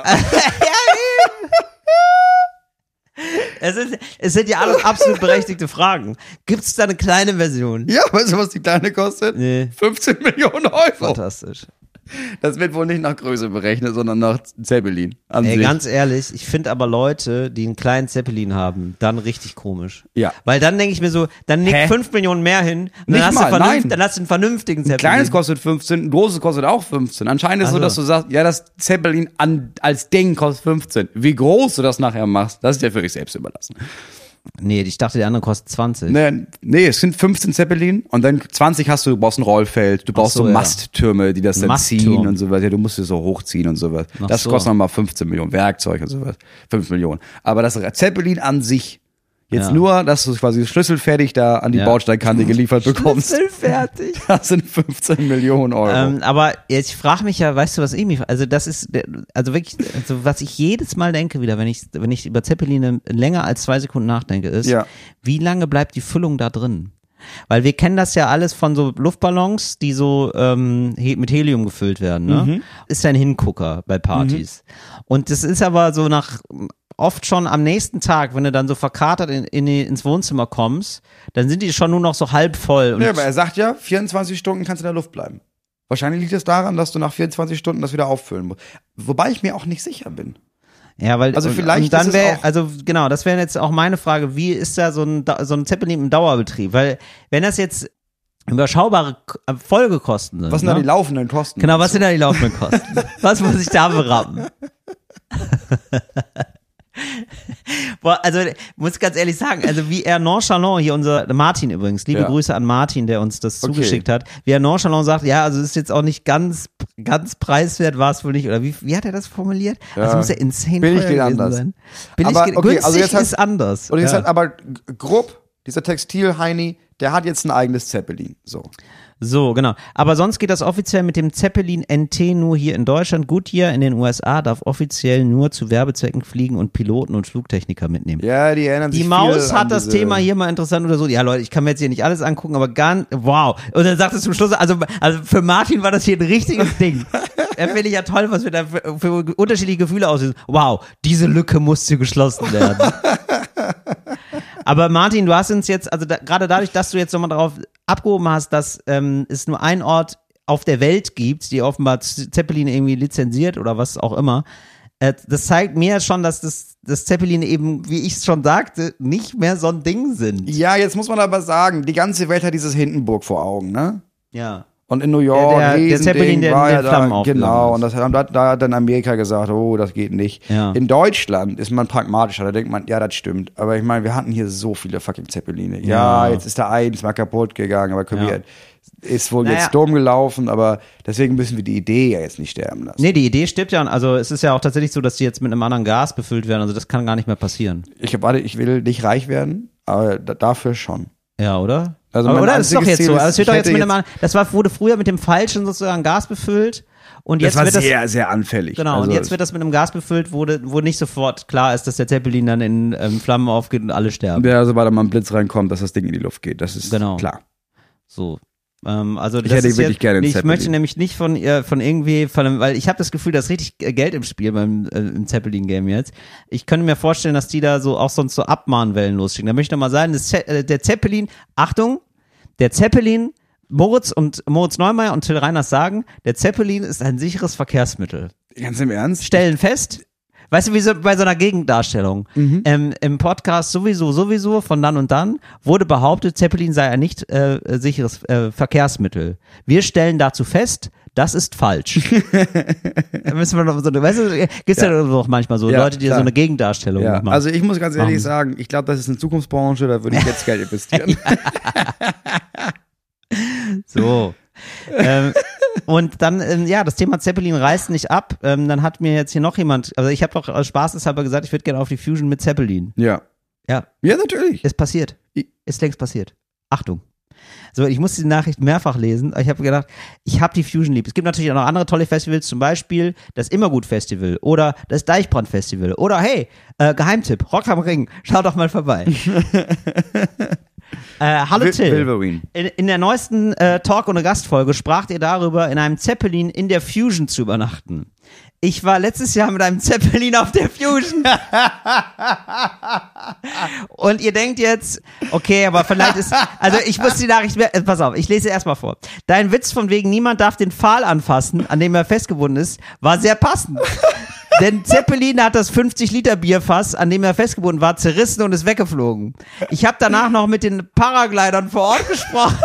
Es, ist, es sind ja alles absolut berechtigte Fragen. Gibt es da eine kleine Version? ja, weißt du, was die kleine kostet? Nee. fünfzehn Millionen Euro. Fantastisch. Das wird wohl nicht nach Größe berechnet, sondern nach Zeppelin. An Ey, sich. ganz ehrlich, ich finde aber Leute, die einen kleinen Zeppelin haben, dann richtig komisch. Ja. Weil dann denke ich mir so, dann nick Hä? fünf Millionen mehr hin, und Nicht dann, hast mal, du vernünft, nein. dann hast du einen vernünftigen Ein Zeppelin. kleines kostet fünfzehn, ein großes kostet auch fünfzehn. Anscheinend ist es so, Ach dass so. du sagst, ja, das Zeppelin an, als Ding kostet fünfzehn. Wie groß du das nachher machst, das ist dir völlig selbst überlassen. Nee, ich dachte, der andere kostet zwanzig. Nee, nee, es sind fünfzehn Zeppelin und dann zwanzig hast du, du brauchst ein Rollfeld, du brauchst so, so ja. Masttürme, die das dann Mastturm. ziehen und sowas. Ja, du musst es so hochziehen und sowas. Ach das so. kostet nochmal fünfzehn Millionen, Werkzeug und sowas. fünf Millionen. Aber das Zeppelin an sich, jetzt Ja. nur, dass du quasi schlüsselfertig da an die Ja. Bausteinkante geliefert bekommst, fertig. das sind fünfzehn Millionen Euro. Ähm, aber jetzt, ich frage mich ja, weißt du, was ich mich, also das ist, also wirklich, also was ich jedes Mal denke wieder, wenn ich, wenn ich über Zeppeline länger als zwei Sekunden nachdenke, ist, Ja. wie lange bleibt die Füllung da drin? Weil wir kennen das ja alles von so Luftballons, die so ähm, he- mit Helium gefüllt werden, ne? Mhm. Ist ja ein Hingucker bei Partys. Und das ist aber so nach, oft schon am nächsten Tag, wenn du dann so verkatert in, in, die- ins Wohnzimmer kommst, dann sind die schon nur noch so halb voll. Und Ja, aber er sagt ja, vierundzwanzig Stunden kannst du in der Luft bleiben. Wahrscheinlich liegt es daran, dass du nach vierundzwanzig Stunden das wieder auffüllen musst. Wobei ich mir auch nicht sicher bin. Ja, weil Also und- vielleicht und dann ist es wäre, auch- also genau, das wäre jetzt auch meine Frage, wie ist da so ein Da- so ein Zeppelin im Dauerbetrieb? Weil wenn das jetzt überschaubare K- äh, Folgekosten sind, Was sind ne? da die laufenden Kosten? Genau, was sind da die laufenden Kosten? Was muss ich da berappen? Boah, also muss ganz ehrlich sagen, also wie er nonchalant hier unser Martin übrigens, liebe Ja. Grüße an Martin, der uns das Okay. zugeschickt hat, wie er nonchalant sagt, ja, also ist jetzt auch nicht ganz ganz preiswert, war es wohl nicht, oder wie, wie hat er das formuliert? Ja. Also muss ja insane Billig teuer geht gewesen anders. sein. Billig Aber geht, okay, günstig also jetzt hat- ist anders. Und jetzt ja. hat aber G- Grupp, dieser Textil-Heini, der hat jetzt ein eigenes Zeppelin. So. So, genau. Aber sonst geht das offiziell mit dem Zeppelin N T nur hier in Deutschland. Goodyear in den U S A darf offiziell nur zu Werbezwecken fliegen und Piloten und Flugtechniker mitnehmen. Ja, die erinnern Die sich Maus viel an hat das diese- Thema hier mal interessant oder so. Ja, Leute, ich kann mir jetzt hier nicht alles angucken, aber ganz, wow. Und dann sagt es zum Schluss, also, also für Martin war das hier ein richtiges Ding. Er finde ich ja toll, was wir da für, für unterschiedliche Gefühle auslösen. Wow, diese Lücke musste geschlossen werden. Aber Martin, du hast uns jetzt, also da, gerade dadurch, dass du jetzt nochmal darauf abgehoben hast, dass ähm, es nur einen Ort auf der Welt gibt, die offenbar Z- Zeppelin irgendwie lizenziert oder was auch immer, äh, das zeigt mir schon, dass das, das Zeppelin eben, wie ich es schon sagte, nicht mehr so ein Ding sind. Ja, jetzt muss man aber sagen, die ganze Welt hat dieses Hindenburg vor Augen, ne? Ja. Und in New York, Der- der- der Riesending, Zeppelin, der in war den ja da, Flammen aufgegangen genau, ist. und das, da, da hat dann Amerika gesagt, oh, das geht nicht. Ja. In Deutschland ist man pragmatischer, da denkt man, ja, das stimmt. Aber ich meine, wir hatten hier so viele fucking Zeppeline. Ja, Ja. jetzt ist da eins mal kaputt gegangen, aber können Ja. wir, ist wohl Naja. jetzt dumm gelaufen, aber deswegen müssen wir die Idee ja jetzt nicht sterben lassen. Nee, die Idee stimmt ja. Also es ist ja auch tatsächlich so, dass die jetzt mit einem anderen Gas befüllt werden. Also das kann gar nicht mehr passieren. Ich hab, warte, ich will nicht reich werden, aber da, dafür schon. Ja, oder? Also Aber, mein oder? Das ist doch einziges jetzt Ziel so. ist, Also es wird ich doch jetzt hätte mit einem, jetzt- an- das war, wurde früher mit dem falschen sozusagen Gas befüllt. Und jetzt Das war wird das, sehr, sehr anfällig. genau, also, und jetzt wird das mit einem Gas befüllt, wo, de- wo nicht sofort klar ist, dass der Zeppelin dann in ähm, Flammen aufgeht und alle sterben. ja, sobald da mal ein Blitz reinkommt, dass das Ding in die Luft geht. Das ist Genau. klar. So. Ähm, also Ich das hätte ist wirklich jetzt, gerne einen nee, Ich Zeppelin. möchte nämlich nicht von ihr, von irgendwie, von einem, weil ich habe das Gefühl, da ist richtig Geld im Spiel beim äh, im Zeppelin-Game jetzt. Ich könnte mir vorstellen, dass die da so auch sonst so Abmahnwellen losschicken. Da möchte ich noch mal sagen, das Ze- äh, der Zeppelin, Achtung, der Zeppelin, Moritz und Moritz Neumeier und Till Reiners sagen, der Zeppelin ist ein sicheres Verkehrsmittel. Ganz im Ernst? Stellen fest, weißt du, wie so bei so einer Gegendarstellung, Mhm. ähm, im Podcast sowieso, sowieso von dann und dann wurde behauptet, Zeppelin sei ein nicht äh, sicheres äh, Verkehrsmittel. Wir stellen dazu fest, das ist falsch. Da müssen wir noch so, weißt du, gibt's ja, Ja. doch manchmal so Ja, Leute, die klar. so eine Gegendarstellung Ja, machen. also ich muss ganz ehrlich Machen. sagen, ich glaube, das ist eine Zukunftsbranche, da würde ich jetzt Geld investieren. So. ähm, und dann, ähm, ja, das Thema Zeppelin reißt nicht ab. Ähm, dann hat mir jetzt hier noch jemand, also ich habe doch aus Spaßeshalber gesagt, ich würde gerne auf die Fusion mit Zeppelin. Ja. Ja, Ja, natürlich. ist passiert. I- Ist längst passiert. Achtung. So, ich musste die Nachricht mehrfach lesen. Ich habe gedacht, ich habe die Fusion lieb. Es gibt natürlich auch noch andere tolle Festivals, zum Beispiel das Immergut Festival oder das Deichbrand Festival oder hey, äh, Geheimtipp, Rock am Ring, schau doch mal vorbei. äh, hallo Wil- Till. Wolverine. In, in der neuesten äh, Talk- ohne Gastfolge spracht ihr darüber, in einem Zeppelin in der Fusion zu übernachten. Ich war letztes Jahr mit einem Zeppelin auf der Fusion. Und ihr denkt jetzt, okay, aber vielleicht ist, also ich muss die Nachricht, mehr, äh, pass auf, ich lese erstmal vor. Dein Witz von wegen, niemand darf den Pfahl anfassen, an dem er festgebunden ist, war sehr passend. Denn Zeppelin hat das fünfzig Liter Bierfass, an dem er festgebunden war, zerrissen und ist weggeflogen. Ich habe danach noch mit den Paraglidern vor Ort gesprochen.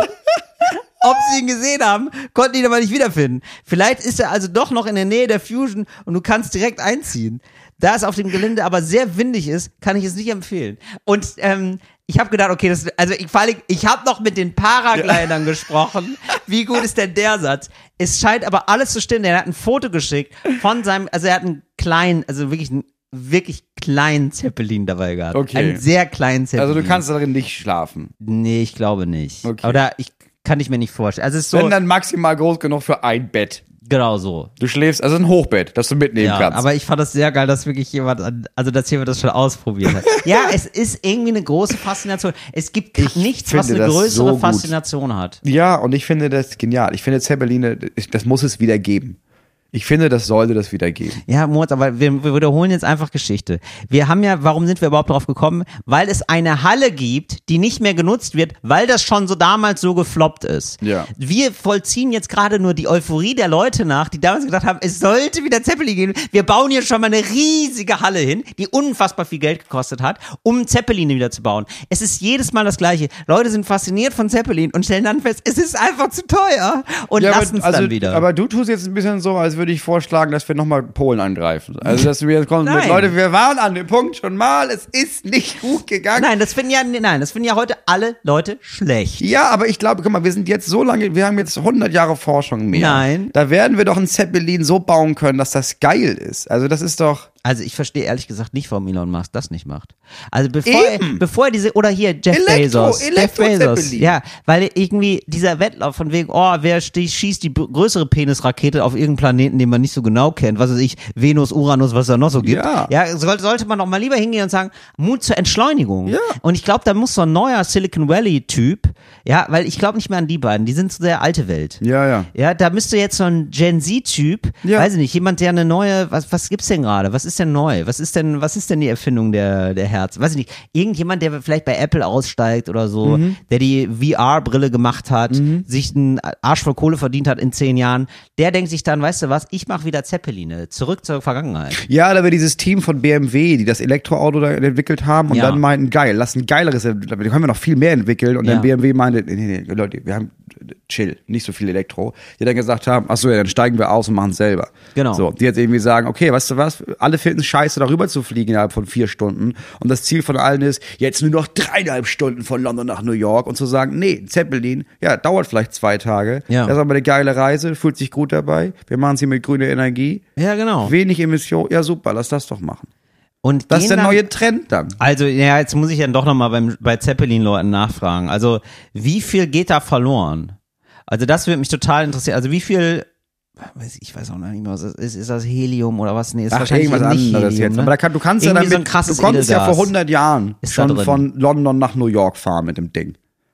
Ob sie ihn gesehen haben, konnten ihn aber nicht wiederfinden. Vielleicht ist er also doch noch in der Nähe der Fusion und du kannst direkt einziehen. Da es auf dem Gelände aber sehr windig ist, kann ich es nicht empfehlen. Und ähm, ich habe gedacht, okay, das, also ich, vor allem, ich habe noch mit den Paraglidern gesprochen. Wie gut ist denn der Satz? Es scheint aber alles zu stimmen. Er hat ein Foto geschickt von seinem, also er hat einen kleinen, also wirklich einen wirklich kleinen Zeppelin dabei gehabt. Okay. Einen sehr kleinen Zeppelin. Also du kannst darin nicht schlafen. Nee, ich glaube nicht. Okay. Oder ich kann ich mir nicht vorstellen. Also es ist so, Wenn dann maximal groß genug für ein Bett. genau so. Du schläfst, also ein Hochbett, das du mitnehmen Ja, kannst. aber ich fand das sehr geil, dass wirklich jemand, an- also dass jemand das schon ausprobiert hat. Ja, es ist irgendwie eine große Faszination. Es gibt Ich nichts, was finde eine das größere so gut. Faszination hat. Ja, und ich finde das genial. Ich finde Zeppeline, das muss es wieder geben. Ich finde, das sollte das wieder geben. Ja, Moritz, aber wir, wir wiederholen jetzt einfach Geschichte. Wir haben ja, warum sind wir überhaupt drauf gekommen? Weil es eine Halle gibt, die nicht mehr genutzt wird, weil das schon so damals so gefloppt ist. Ja. Wir vollziehen jetzt gerade nur die Euphorie der Leute nach, die damals gedacht haben, es sollte wieder Zeppelin geben. Wir bauen hier schon mal eine riesige Halle hin, die unfassbar viel Geld gekostet hat, um Zeppeline wieder zu bauen. Es ist jedes Mal das Gleiche. Leute sind fasziniert von Zeppelin und stellen dann fest, es ist einfach zu teuer und Ja, lassen es aber, also, dann wieder. aber du tust jetzt ein bisschen so, als würde ich vorschlagen, dass wir nochmal Polen angreifen. Also, dass wir jetzt kommen mit, Nein. Leute, wir waren an dem Punkt schon mal, es ist nicht gut gegangen. Nein, das finden ja, nein, das finden ja heute alle Leute schlecht. Ja, aber ich glaube, guck mal, wir sind jetzt so lange, wir haben jetzt hundert Jahre Forschung mehr. Nein. Da werden wir doch ein Zeppelin so bauen können, dass das geil ist. Also das ist doch... Also ich verstehe ehrlich gesagt nicht, warum Elon Musk das nicht macht. Also bevor er, Eben. bevor er diese, oder hier Jeff Elektro- Bezos. Jeff Bezos. Elektro-Zeppelin. Ja, weil irgendwie dieser Wettlauf von wegen, oh, wer sti- schießt die b- größere Penisrakete auf irgendeinen Planeten, den man nicht so genau kennt, was weiß ich, Venus, Uranus, was es da noch so gibt. Ja. Ja, sollte, sollte man doch mal lieber hingehen und sagen, Mut zur Entschleunigung. Ja. Und ich glaube, da muss so ein neuer Silicon Valley-Typ, ja, weil ich glaube nicht mehr an die beiden, die sind so der alte Welt. Ja, ja. Ja, da müsste jetzt so ein Gen Z-Typ, Ja. weiß ich nicht, jemand, der eine neue, was, was gibt's denn gerade? Was ist denn neu? Was ist denn, was ist denn die Erfindung der, der Herz? Weiß ich nicht. Irgendjemand, der vielleicht bei Apple aussteigt oder so, Mhm. der die V R-Brille gemacht hat, sich einen Arsch voll Kohle verdient hat in zehn Jahren, der denkt sich dann, weißt du was, ich mache wieder Zeppeline, zurück zur Vergangenheit. Ja, da war dieses Team von B M W, die das Elektroauto da entwickelt haben und Ja. dann meinten, geil, lass ein geileres, da können wir noch viel mehr entwickeln. Und Ja. dann B M W meinte, nee, nee, nee, Leute, wir haben chill, nicht so viel Elektro. Die dann gesagt haben, ach so, ja, dann steigen wir aus und machen es selber. Genau. So, die jetzt irgendwie sagen, okay, weißt du was, alle finden es scheiße, darüber zu fliegen innerhalb von vier Stunden. Und das Ziel von allen ist, jetzt nur noch dreieinhalb Stunden von London nach New York und zu sagen, nee, Zeppelin, ja, dauert vielleicht zwei Tage. Ja. Das ist aber eine geile Reise, fühlt sich gut dabei. Wir machen es hier mit grüner Energie. Ja, genau. Wenig Emission, ja super, lass das doch machen. Und Das gehen ist der dann- neue Trend dann. Also, ja, jetzt muss ich dann doch nochmal beim, bei Zeppelin-Leuten nachfragen. Also, wie viel geht da verloren? Also, das würde mich total interessieren. Also, wie viel, weiß ich, ich weiß auch noch nicht mehr, was das ist. Ist das Helium oder was? Nee, ist Ach, wahrscheinlich irgendwas nicht anderes Helium, jetzt. ne? Aber da kann, du kannst ja Irgendwie damit, so ein krasses du konntest ja Edelgas. vor hundert Jahren Ist da schon drin. von London nach New York fahren mit dem Ding.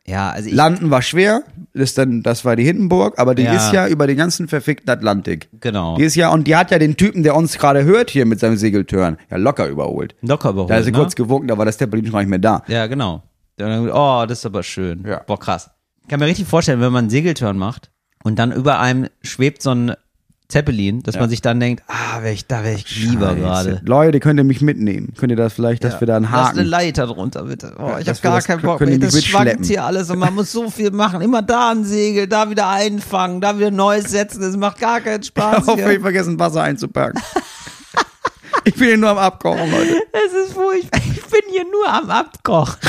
Ja, also ich, Landen war schwer, das, dann, das war die Hindenburg, aber die Ja. ist ja über den ganzen verfickten Atlantik. genau, Die ist ja, und die hat ja den Typen, der uns gerade hört hier mit seinem Segeltörn, ja locker überholt. locker überholt, Da ist er ne? kurz gewunken, da war das Zeppelin schon gar nicht mehr da. Ja, genau. Dann, oh, das ist aber schön. Ja. Boah, krass. Ich kann mir richtig vorstellen, wenn man einen Segeltörn macht und dann über einem schwebt so ein Zeppelin, dass Ja. man sich dann denkt, ah, wär ich, da wäre ich lieber Scheiße. gerade. Leute, könnt ihr mich mitnehmen? Könnt ihr das vielleicht, dass Ja. wir da einen Lass eine Haken... Leiter drunter, bitte. Oh, Ja, ich dass hab wir gar das- keinen Bock können mehr. die Das mitschleppen. schwankt hier alles und man muss so viel machen. Immer da ein Segel, da wieder einfangen, da wieder Neues setzen. Das macht gar keinen Spaß Ich hoffe, ich hier. vergessen Wasser einzupacken. Ich bin hier nur am Abkochen, Leute. Es ist furchtbar. Ich bin hier nur am Abkochen.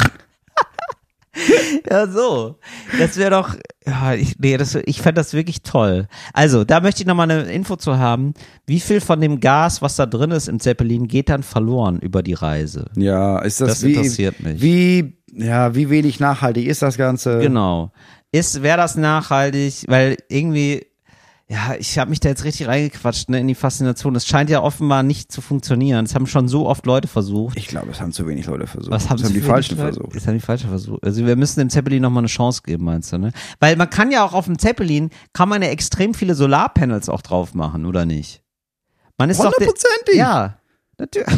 Ja, so. Das wäre doch, ja, ich, nee, das, ich fände das wirklich toll. Also, da möchte ich nochmal eine Info zu haben. Wie viel von dem Gas, was da drin ist im Zeppelin, geht dann verloren über die Reise? Ja, ist das, Das wie, interessiert mich. Wie, ja, wie wenig nachhaltig ist das Ganze? Genau. Ist, wäre das nachhaltig? Weil irgendwie, ja, ich habe mich da jetzt richtig reingequatscht, ne, in die Faszination. Es scheint ja offenbar nicht zu funktionieren. Das haben schon so oft Leute versucht. Ich glaube, es haben zu wenig Leute versucht. Was haben das haben sie die für Falschen Leute- versucht. Das haben die Falschen versucht. Also wir müssen dem Zeppelin nochmal eine Chance geben, meinst du, ne? Weil man kann ja auch auf dem Zeppelin, kann man ja extrem viele Solarpanels auch drauf machen, oder nicht? Man ist doch der- Hundertprozentig. Ja. Natürlich.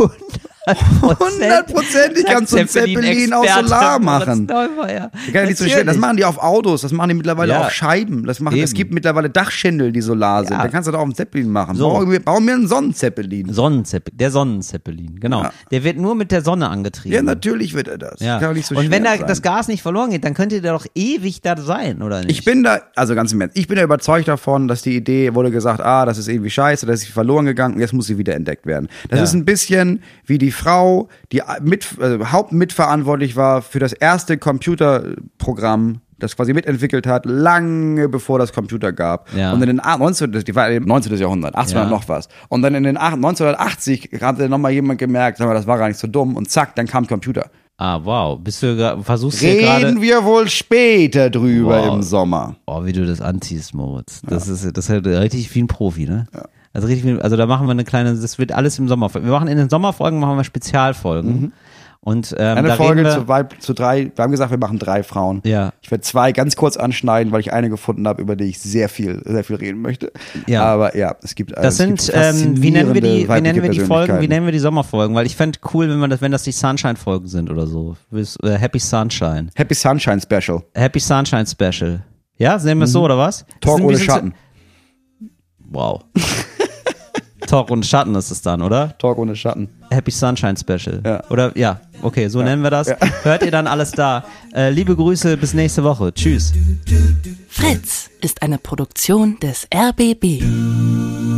Hundertprozentig kannst du ein Zeppelin aus Solar machen. Das kann ja nicht so schwer. Das machen die auf Autos, das machen die mittlerweile Ja. auf Scheiben. Das machen, es Eben. gibt mittlerweile Dachschändel, die solar sind. Ja. Da kannst du doch auf einen Zeppelin machen. So. Bauen wir, bauen wir einen Sonnenzeppelin. Sonnenzeppelin, der Sonnenzeppelin, genau. Ja. Der wird nur mit der Sonne angetrieben. Ja, natürlich wird er das. Ja. Kann doch nicht so Und wenn schwer da sein. das Gas nicht verloren geht, dann könnte der doch ewig da sein, oder nicht? Ich bin da, also ganz im Ernst, ich bin da überzeugt davon, dass die Idee wurde gesagt, ah, das ist irgendwie scheiße, das ist verloren gegangen, jetzt muss sie wieder entdeckt werden. Das Ja. ist ein bisschen wie die Frau, die mit, also hauptmitverantwortlich war für das erste Computerprogramm, das quasi mitentwickelt hat, lange bevor das Computer gab. Ja. Und in den a- neunzehnten, die war im neunzehnten Jahrhundert, achtzehnhundert Ja. noch was. Und dann in den ach- neunzehnhundertachtzig hat dann nochmal jemand gemerkt, sag mal, das war gar nicht so dumm und zack, dann kam Computer. Ah, wow. Bist du gra- versuchst du gerade. Reden wir wohl später drüber Wow. im Sommer. Oh, wie du das anziehst, Moritz. Das ist das ist halt richtig wie ein Profi, ne? Also richtig wie, also da machen wir eine kleine, das wird alles im Sommer. Wir machen in den Sommerfolgen machen wir Spezialfolgen. Und ähm, Eine da Folge reden wir, zu, wei- zu drei, wir haben gesagt, wir machen drei Frauen. Ja. Ich werde zwei ganz kurz anschneiden, weil ich eine gefunden habe, über die ich sehr viel, sehr viel reden möchte. Ja. Aber ja, es gibt Das es gibt sind, ähm, wie nennen wir die, wie faszinierende nennen wir die weibliche Folgen, wie Persönlichkeiten. nennen wir die Sommerfolgen? Weil ich fände cool, wenn man das, wenn das die Sunshine-Folgen sind oder so. Bis, äh, Happy Sunshine. Happy Sunshine Special. Happy Sunshine Special. Ja, nennen wir es so oder was? Mhm. Talk Sind- ohne wie sind- Schatten. Wow. Talk ohne Schatten ist es dann, oder? Talk ohne Schatten. Happy Sunshine Special. Ja. Oder ja, okay, so nennen wir das. Hört ihr dann alles da. Äh, liebe Grüße, bis nächste Woche. Tschüss. Fritz ist eine Produktion des R B B.